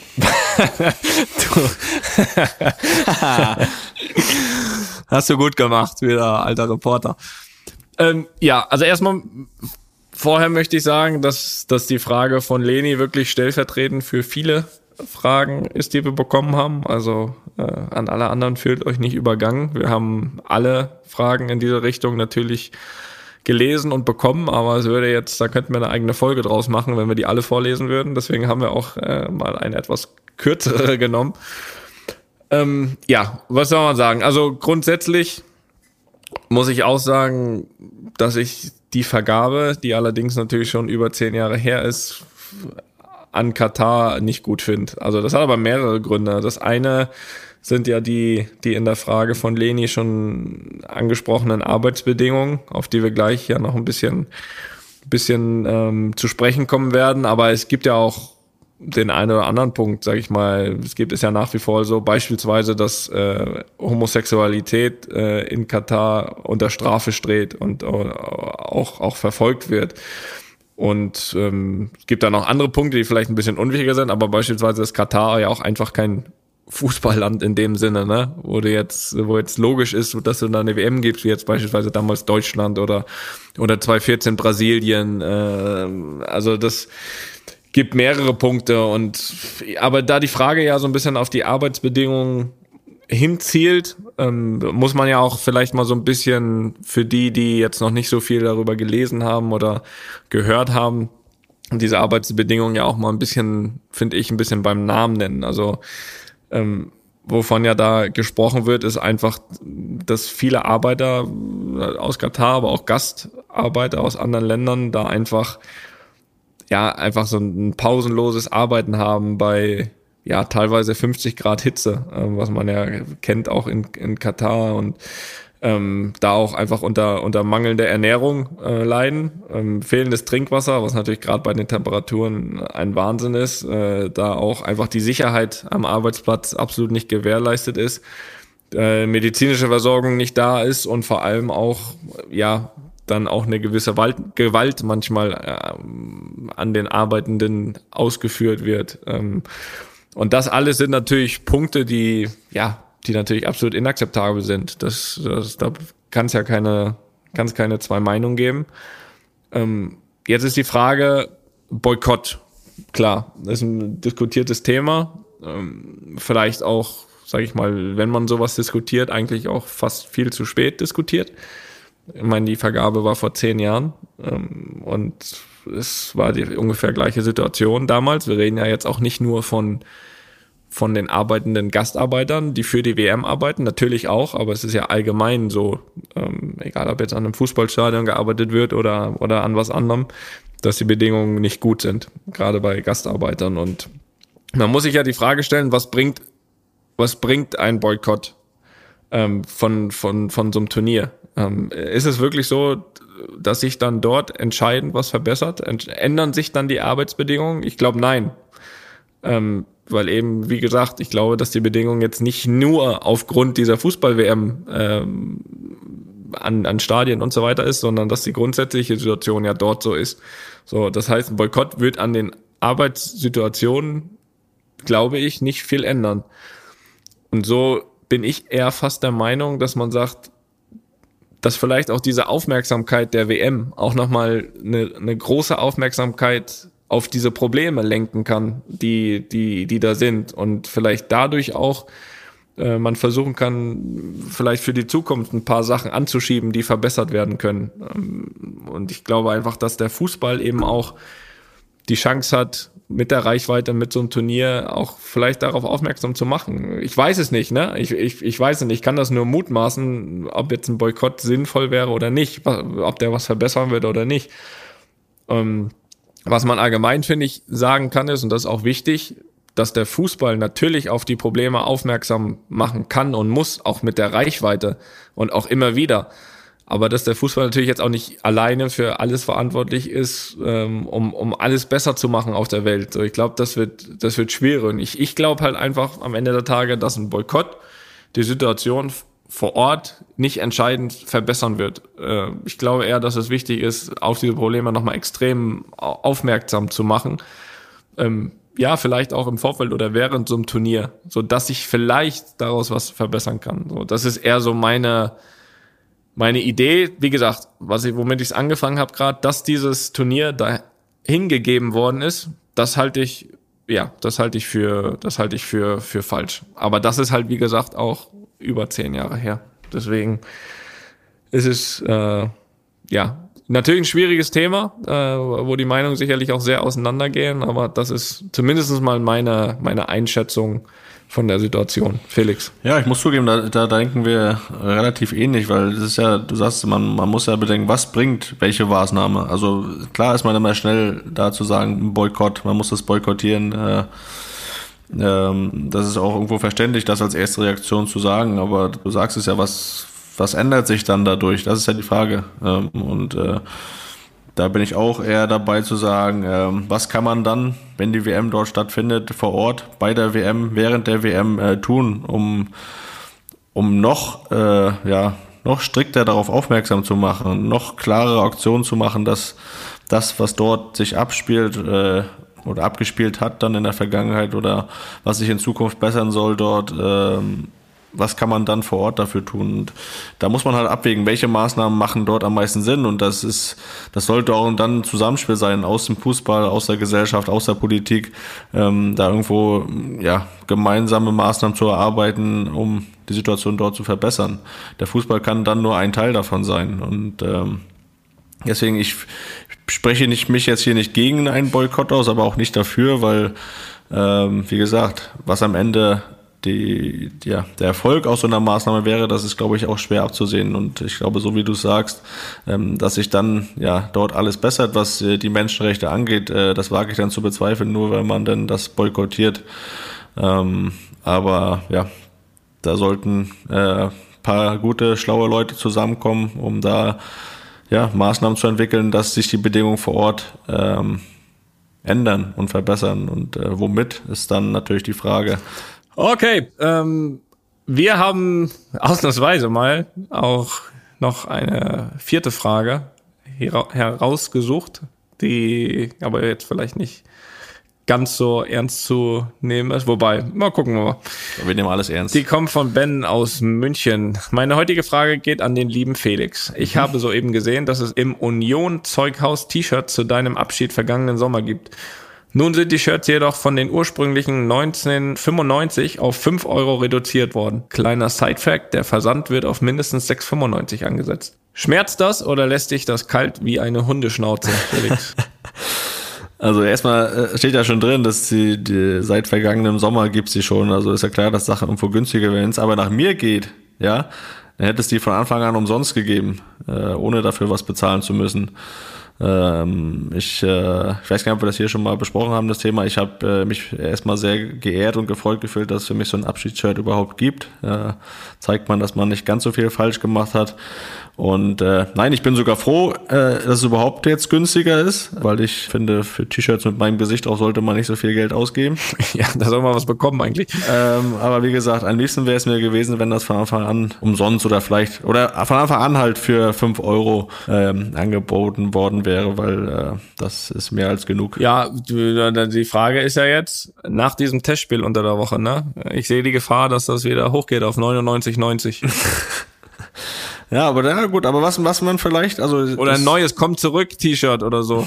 [SPEAKER 4] Hast du gut gemacht, wieder alter Reporter. Ähm, ja, also erstmal, vorher möchte ich sagen, dass, dass die Frage von Leni wirklich stellvertretend für viele Fragen ist, die wir bekommen haben. Also äh, an alle anderen, fühlt euch nicht übergangen. Wir haben alle Fragen in diese Richtung natürlich gelesen und bekommen, aber es würde jetzt, da könnten wir eine eigene Folge draus machen, wenn wir die alle vorlesen würden. Deswegen haben wir auch äh, mal eine etwas kürzere genommen. Ähm, ja, was soll man sagen? Also grundsätzlich muss ich auch sagen, dass ich die Vergabe, die allerdings natürlich schon über zehn Jahre her ist, an Katar nicht gut finde. Also das hat aber mehrere Gründe. Das eine sind ja die, die in der Frage von Leni schon angesprochenen Arbeitsbedingungen, auf die wir gleich ja noch ein bisschen, bisschen ähm, zu sprechen kommen werden. Aber es gibt ja auch den einen oder anderen Punkt, sage ich mal. Es gibt es ja nach wie vor so, beispielsweise, dass äh, Homosexualität äh, in Katar unter Strafe steht und äh, auch, auch verfolgt wird. Und ähm, es gibt da noch andere Punkte, die vielleicht ein bisschen unwichtiger sind, aber beispielsweise ist Katar ja auch einfach kein Fußballland in dem Sinne, ne, wo du jetzt, wo jetzt logisch ist, dass du da eine W M gibst, wie jetzt beispielsweise damals Deutschland oder oder zwanzig vierzehn Brasilien. Äh, also das gibt mehrere Punkte und aber da die Frage ja so ein bisschen auf die Arbeitsbedingungen hinzielt, ähm, muss man ja auch vielleicht mal so ein bisschen für die, die jetzt noch nicht so viel darüber gelesen haben oder gehört haben, diese Arbeitsbedingungen ja auch mal ein bisschen, finde ich, ein bisschen beim Namen nennen. Also ähm, wovon ja da gesprochen wird, ist einfach, dass viele Arbeiter aus Katar, aber auch Gastarbeiter aus anderen Ländern da einfach ja einfach so ein pausenloses Arbeiten haben bei ja teilweise fünfzig Grad Hitze, äh, was man ja kennt auch in, in Katar, und ähm, da auch einfach unter unter mangelnder Ernährung äh, leiden, ähm, fehlendes Trinkwasser, was natürlich gerade bei den Temperaturen ein Wahnsinn ist, äh, da auch einfach die Sicherheit am Arbeitsplatz absolut nicht gewährleistet ist, äh, medizinische Versorgung nicht da ist und vor allem auch ja dann auch eine gewisse Gewalt, Gewalt manchmal äh, an den Arbeitenden ausgeführt wird. Ähm, und das alles sind natürlich Punkte, die ja die natürlich absolut inakzeptabel sind. Das, das, da kann es ja keine, kann es keine zwei Meinungen geben. Ähm, jetzt ist die Frage, Boykott. Klar, das ist ein diskutiertes Thema. Ähm, vielleicht auch, sage ich mal, wenn man sowas diskutiert, eigentlich auch fast viel zu spät diskutiert. Ich meine, die Vergabe war vor zehn Jahren ähm, und es war die ungefähr gleiche Situation damals. Wir reden ja jetzt auch nicht nur von von den arbeitenden Gastarbeitern, die für die W M arbeiten, natürlich auch, aber es ist ja allgemein so, ähm, egal ob jetzt an einem Fußballstadion gearbeitet wird oder oder an was anderem, dass die Bedingungen nicht gut sind, gerade bei Gastarbeitern. Und man muss sich ja die Frage stellen, was bringt was bringt ein Boykott ähm, von von von so einem Turnier? Ähm, ist es wirklich so, dass sich dann dort entscheidend was verbessert? Ändern sich dann die Arbeitsbedingungen? Ich glaube, nein. Ähm, weil eben, wie gesagt, ich glaube, dass die Bedingungen jetzt nicht nur aufgrund dieser Fußball-W M ähm, an, an Stadien und so weiter ist, sondern dass die grundsätzliche Situation ja dort so ist. So, das heißt, ein Boykott wird an den Arbeitssituationen, glaube ich, nicht viel ändern. Und so bin ich eher fast der Meinung, dass man sagt, dass vielleicht auch diese Aufmerksamkeit der W M auch nochmal eine, eine große Aufmerksamkeit auf diese Probleme lenken kann, die die die da sind, und vielleicht dadurch auch äh, man versuchen kann, vielleicht für die Zukunft ein paar Sachen anzuschieben, die verbessert werden können. Ähm, und ich glaube einfach, dass der Fußball eben auch die Chance hat, mit der Reichweite, mit so einem Turnier auch vielleicht darauf aufmerksam zu machen. Ich weiß es nicht, ne? Ich, ich, ich weiß es nicht. Ich kann das nur mutmaßen, ob jetzt ein Boykott sinnvoll wäre oder nicht, ob der was verbessern wird oder nicht. Ähm, Was man allgemein, finde ich, sagen kann ist, und das ist auch wichtig, dass der Fußball natürlich auf die Probleme aufmerksam machen kann und muss, auch mit der Reichweite und auch immer wieder. Aber dass der Fußball natürlich jetzt auch nicht alleine für alles verantwortlich ist, ähm, um um alles besser zu machen auf der Welt. So, ich glaube, das wird das wird schwierig. Und ich, ich glaube halt einfach am Ende der Tage, dass ein Boykott die Situation vor Ort nicht entscheidend verbessern wird. Ich glaube eher, dass es wichtig ist, auf diese Probleme nochmal extrem aufmerksam zu machen. Ja, vielleicht auch im Vorfeld oder während so einem Turnier, so dass ich vielleicht daraus was verbessern kann. So, das ist eher so meine meine Idee. Wie gesagt, was ich, womit ich es angefangen habe gerade, dass dieses Turnier da hingegeben worden ist, das halte ich, ja, das halte ich für, das halte ich für für falsch. Aber das ist halt, wie gesagt, auch über zehn Jahre her. Deswegen ist es äh, ja natürlich ein schwieriges Thema, äh, wo die Meinungen sicherlich auch sehr auseinandergehen, aber das ist zumindest mal meine meine Einschätzung von der Situation. Felix?
[SPEAKER 3] Ja, ich muss zugeben, da, da denken wir relativ ähnlich, weil das ist ja, du sagst, man, man muss ja bedenken, was bringt welche Maßnahme. Also klar ist man immer schnell da zu sagen, Boykott, man muss das boykottieren, äh, das ist auch irgendwo verständlich, das als erste Reaktion zu sagen, aber du sagst es ja, was was ändert sich dann dadurch? Das ist ja die Frage. Und äh, da bin ich auch eher dabei zu sagen, äh, was kann man dann, wenn die W M dort stattfindet, vor Ort, bei der W M, während der W M äh, tun, um um noch äh, ja noch strikter darauf aufmerksam zu machen, noch klarere Aktionen zu machen, dass das, was dort sich abspielt, äh, oder abgespielt hat dann in der Vergangenheit oder was sich in Zukunft bessern soll dort, ähm, was kann man dann vor Ort dafür tun? Und da muss man halt abwägen, welche Maßnahmen machen dort am meisten Sinn. Und das ist, das sollte auch dann ein Zusammenspiel sein aus dem Fußball, aus der Gesellschaft, aus der Politik, ähm, da irgendwo ja gemeinsame Maßnahmen zu erarbeiten, um die Situation dort zu verbessern. Der Fußball kann dann nur ein Teil davon sein. Und ähm, deswegen, ich spreche nicht, mich jetzt hier nicht gegen einen Boykott aus, aber auch nicht dafür, weil, ähm, wie gesagt, was am Ende die, ja, der Erfolg aus so einer Maßnahme wäre, das ist, glaube ich, auch schwer abzusehen. Und ich glaube, so wie du sagst, ähm, dass sich dann ja dort alles bessert, was äh, die Menschenrechte angeht, äh, das wage ich dann zu bezweifeln, nur weil man dann das boykottiert. Ähm, aber ja, da sollten äh, paar gute, schlaue Leute zusammenkommen, um da ja, Maßnahmen zu entwickeln, dass sich die Bedingungen vor Ort ähm, ändern und verbessern. Und äh, womit ist dann natürlich die Frage.
[SPEAKER 4] Okay, ähm, wir haben ausnahmsweise mal auch noch eine vierte Frage herausgesucht, die aber jetzt vielleicht nicht ganz so ernst zu nehmen ist. Wobei, mal gucken wir mal.
[SPEAKER 3] Wir nehmen alles ernst.
[SPEAKER 4] Die kommt von Ben aus München. Meine heutige Frage geht an den lieben Felix. Ich mhm. habe soeben gesehen, dass es im Union Zeughaus T-Shirts zu deinem Abschied vergangenen Sommer gibt. Nun sind die Shirts jedoch von den ursprünglichen neunzehnhundertfünfundneunzig auf fünf Euro reduziert worden. Kleiner Sidefact, der Versand wird auf mindestens sechs Euro fünfundneunzig angesetzt. Schmerzt das oder lässt dich das kalt wie eine Hundeschnauze, Felix?
[SPEAKER 3] Also erstmal steht ja schon drin, dass sie die, seit vergangenem Sommer gibt's die schon. Also ist ja klar, dass Sachen irgendwo günstiger werden. Wenn es aber nach mir geht, ja, dann hätte es die von Anfang an umsonst gegeben, äh, ohne dafür was bezahlen zu müssen. Ähm, ich, äh, ich weiß gar nicht, ob wir das hier schon mal besprochen haben, das Thema. Ich habe äh, mich erstmal sehr geehrt und gefreut gefühlt, dass es für mich so ein Abschiedsshirt überhaupt gibt. Äh, zeigt man, dass man nicht ganz so viel falsch gemacht hat. Und äh, nein, ich bin sogar froh, äh, dass es überhaupt jetzt günstiger ist, weil ich finde, für T-Shirts mit meinem Gesicht auch sollte man nicht so viel Geld ausgeben.
[SPEAKER 4] Ja, da soll man was bekommen eigentlich.
[SPEAKER 3] Ähm, aber wie gesagt, am liebsten wäre es mir gewesen, wenn das von Anfang an umsonst oder vielleicht, oder von Anfang an halt für fünf Euro ähm, angeboten worden wäre, weil äh, das ist mehr als genug.
[SPEAKER 4] Ja, die Frage ist ja jetzt, nach diesem Testspiel unter der Woche, ne? Ich sehe die Gefahr, dass das wieder hochgeht auf neunundneunzig neunzig.
[SPEAKER 3] Ja, aber ja gut, aber was, was man vielleicht, also
[SPEAKER 4] oder ein neues Komm zurück T-Shirt oder so.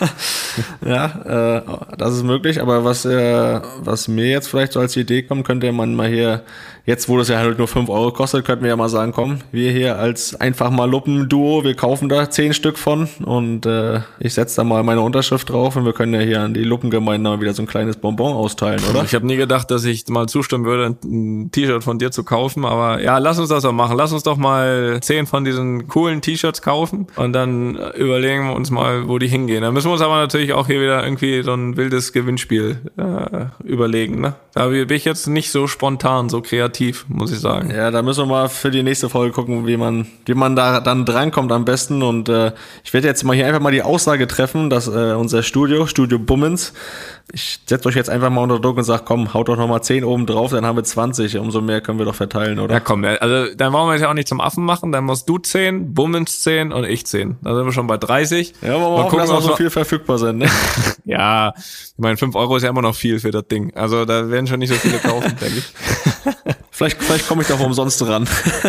[SPEAKER 3] Ja, äh, das ist möglich, aber was äh, was mir jetzt vielleicht so als Idee kommt, könnte man mal hier, jetzt wo das ja halt nur fünf Euro kostet, könnten wir ja mal sagen, komm, wir hier als einfach mal Luppen-Duo, wir kaufen da zehn Stück von und äh, ich setze da mal meine Unterschrift drauf und wir können ja hier an die Luppengemeinde mal wieder so ein kleines Bonbon austeilen, oder?
[SPEAKER 4] Ich habe nie gedacht, dass ich mal zustimmen würde, ein T-Shirt von dir zu kaufen, aber ja, lass uns das doch machen. Lass uns doch mal zehn von diesen coolen T-Shirts kaufen und dann überlegen wir uns mal, wo die hingehen. Dann müssen wir uns aber natürlich auch hier wieder irgendwie so ein wildes Gewinnspiel äh, überlegen, ne? Da bin ich jetzt nicht so spontan, so kreativ, muss ich sagen.
[SPEAKER 3] Ja, da müssen wir mal für die nächste Folge gucken, wie man wie man da dann drankommt am besten. Und äh, ich werde jetzt mal hier einfach mal die Aussage treffen, dass äh, unser Studio, Studio Bummens, ich setze euch jetzt einfach mal unter Druck und sage, komm, haut doch nochmal zehn oben drauf, dann haben wir zwanzig. Umso mehr können wir doch verteilen, oder?
[SPEAKER 4] Ja, komm, also dann wollen wir es ja auch nicht zum Affen machen. Dann musst du zehn, Bummens zehn und ich zehn. Da sind wir schon bei dreißig.
[SPEAKER 3] Ja, aber mal gucken, dass noch so viel verfügbar sind, ne?
[SPEAKER 4] Ja, ich meine, fünf Euro ist ja immer noch viel für das Ding. Also da werden schon nicht so viele kaufen, denke ich.
[SPEAKER 3] Vielleicht, vielleicht komme ich doch umsonst ran.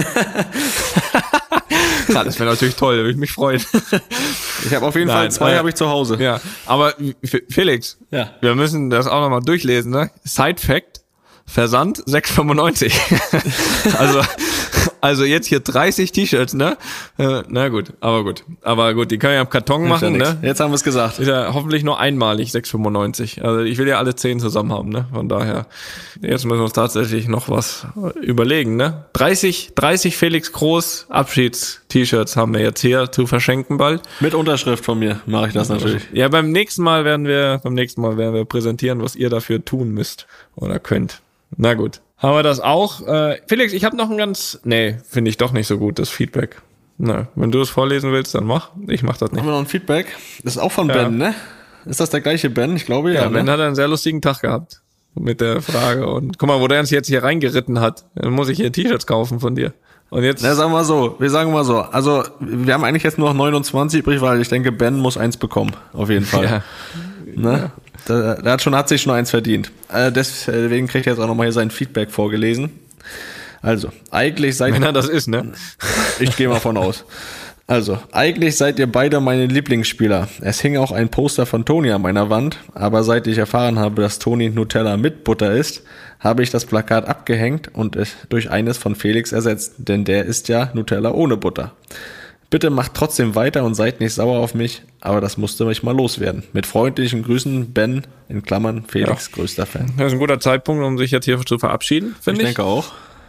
[SPEAKER 4] Ja, das wäre natürlich toll, da würde ich mich freuen.
[SPEAKER 3] Ich habe auf jeden Nein, Fall zwei, äh, habe ich zu Hause.
[SPEAKER 4] Ja, aber Felix,
[SPEAKER 3] ja.
[SPEAKER 4] Wir müssen das auch nochmal durchlesen, ne? Side Fact, Versand sechs Euro fünfundneunzig. Also also jetzt hier dreißig T-Shirts, ne? Äh, na gut, aber gut. Aber gut, die können ja im Karton
[SPEAKER 3] ist
[SPEAKER 4] machen,
[SPEAKER 3] ja
[SPEAKER 4] ne?
[SPEAKER 3] Jetzt haben wir es gesagt.
[SPEAKER 4] Ist ja hoffentlich nur einmalig sechs Euro fünfundneunzig. Also ich will ja alle zehn zusammen haben, ne? Von daher, jetzt müssen wir uns tatsächlich noch was überlegen, ne? dreißig, dreißig Felix Groß Abschieds-T-Shirts haben wir jetzt hier zu verschenken bald.
[SPEAKER 3] Mit Unterschrift von mir mache ich das natürlich.
[SPEAKER 4] Ja, beim nächsten Mal werden wir, beim nächsten Mal werden wir präsentieren, was ihr dafür tun müsst oder könnt. Na gut. Haben wir das auch? Äh, Felix, ich habe noch ein ganz... Nee, finde ich doch nicht so gut, das Feedback. Na, wenn du es vorlesen willst, dann mach. Ich mach das nicht.
[SPEAKER 3] Haben wir noch ein Feedback? Das ist auch von
[SPEAKER 4] ja.
[SPEAKER 3] Ben, ne? Ist das der gleiche Ben? Ich glaube ja.
[SPEAKER 4] Ja, Ben
[SPEAKER 3] ne?
[SPEAKER 4] hat einen sehr lustigen Tag gehabt mit der Frage. Und guck mal, wo der uns jetzt hier reingeritten hat. Dann muss ich hier T-Shirts kaufen von dir. Und jetzt...
[SPEAKER 3] Na, sagen wir mal so. Wir sagen mal so. Also, wir haben eigentlich jetzt nur noch neunundzwanzig übrig, weil ich denke, Ben muss eins bekommen. Auf jeden Fall.
[SPEAKER 4] Ja.
[SPEAKER 3] Ne?
[SPEAKER 4] Ja.
[SPEAKER 3] Der hat schon, hat sich schon eins verdient. Äh, deswegen kriegt er jetzt auch nochmal hier sein Feedback vorgelesen. Also, eigentlich seid
[SPEAKER 4] Wenn er das ist, ne?
[SPEAKER 3] Ich gehe mal von aus. Also, eigentlich seid ihr beide meine Lieblingsspieler. Es hing auch ein Poster von Toni an meiner Wand, aber seit ich erfahren habe, dass Toni Nutella mit Butter isst, habe ich das Plakat abgehängt und es durch eines von Felix ersetzt, denn der isst ja Nutella ohne Butter. Bitte macht trotzdem weiter und seid nicht sauer auf mich, aber das musste mich mal loswerden. Mit freundlichen Grüßen, Ben, in Klammern, Felix, ja. größter Fan.
[SPEAKER 4] Das ist ein guter Zeitpunkt, um sich jetzt hier zu verabschieden, finde ich.
[SPEAKER 3] Ich denke auch.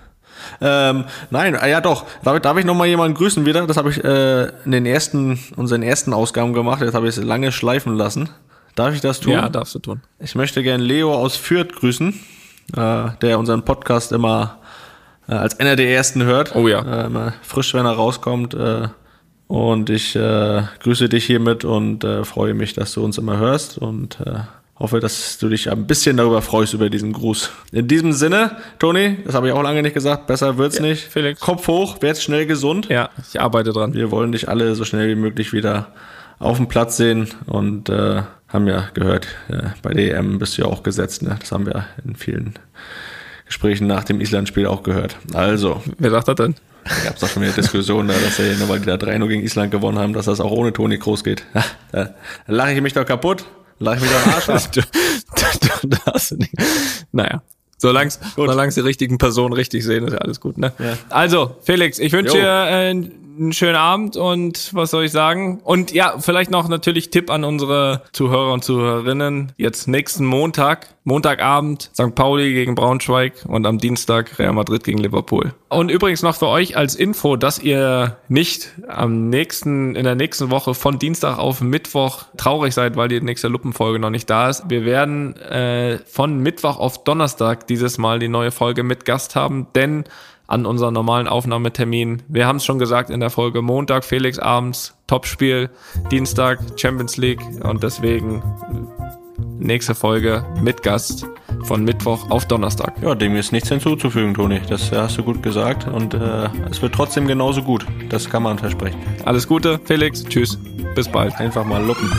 [SPEAKER 3] Ähm, nein, ah, ja doch, darf, darf ich nochmal jemanden grüßen wieder? Das habe ich äh, in den ersten, unseren ersten Ausgaben gemacht, jetzt habe ich es lange schleifen lassen. Darf ich das tun?
[SPEAKER 4] Ja, darfst du tun.
[SPEAKER 3] Ich möchte gern Leo aus Fürth grüßen, äh, der unseren Podcast immer äh, als einer der ersten hört.
[SPEAKER 4] Oh ja.
[SPEAKER 3] Äh, immer frisch, wenn er rauskommt. Äh, und ich äh, grüße dich hiermit und äh, freue mich, dass du uns immer hörst und äh, hoffe, dass du dich ein bisschen darüber freust, über diesen Gruß. In diesem Sinne, Toni, das habe ich auch lange nicht gesagt, besser wird's ja, nicht.
[SPEAKER 4] Felix.
[SPEAKER 3] Kopf hoch, werd schnell gesund.
[SPEAKER 4] Ja, ich arbeite dran.
[SPEAKER 3] Wir wollen dich alle so schnell wie möglich wieder auf dem Platz sehen und äh, haben ja gehört, äh, bei der E M bist du ja auch gesetzt, ne? Das haben wir in vielen Gesprächen nach dem Island-Spiel auch gehört. Also.
[SPEAKER 4] Wer sagt das denn?
[SPEAKER 3] Da gab es doch schon wieder Diskussionen, da, dass er, nur weil die da drei null gegen Island gewonnen haben, dass das auch ohne Toni Kroos geht. Da lache ich mich doch kaputt. Lass ich mich doch am Arsch ab.
[SPEAKER 4] du, du, du hast nicht. Naja, solange es die richtigen Personen richtig sehen, ist ja alles gut, ne? Ja. Also, Felix, ich wünsche dir äh, einen schönen Abend und was soll ich sagen? Und ja, vielleicht noch natürlich Tipp an unsere Zuhörer und Zuhörerinnen. Jetzt nächsten Montag, Montagabend, Sankt Pauli gegen Braunschweig und am Dienstag Real Madrid gegen Liverpool. Und übrigens noch für euch als Info, dass ihr nicht am nächsten, in der nächsten Woche von Dienstag auf Mittwoch traurig seid, weil die nächste Luppenfolge noch nicht da ist. Wir werden äh, von Mittwoch auf Donnerstag dieses Mal die neue Folge mit Gast haben, denn an unseren normalen Aufnahmetermin. Wir haben es schon gesagt in der Folge Montag, Felix abends, Topspiel, Dienstag, Champions League und deswegen nächste Folge mit Gast von Mittwoch auf Donnerstag.
[SPEAKER 3] Ja, dem ist nichts hinzuzufügen, Toni. Das hast du gut gesagt und äh, es wird trotzdem genauso gut. Das kann man versprechen.
[SPEAKER 4] Alles Gute, Felix. Tschüss. Bis bald.
[SPEAKER 3] Einfach mal luppen.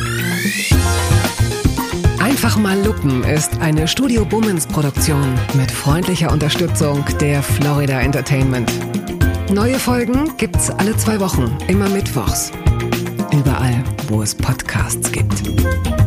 [SPEAKER 5] Einfach mal lupen ist eine Studio Bummens Produktion mit freundlicher Unterstützung der Florida Entertainment. Neue Folgen gibt's alle zwei Wochen, immer mittwochs. Überall, wo es Podcasts gibt.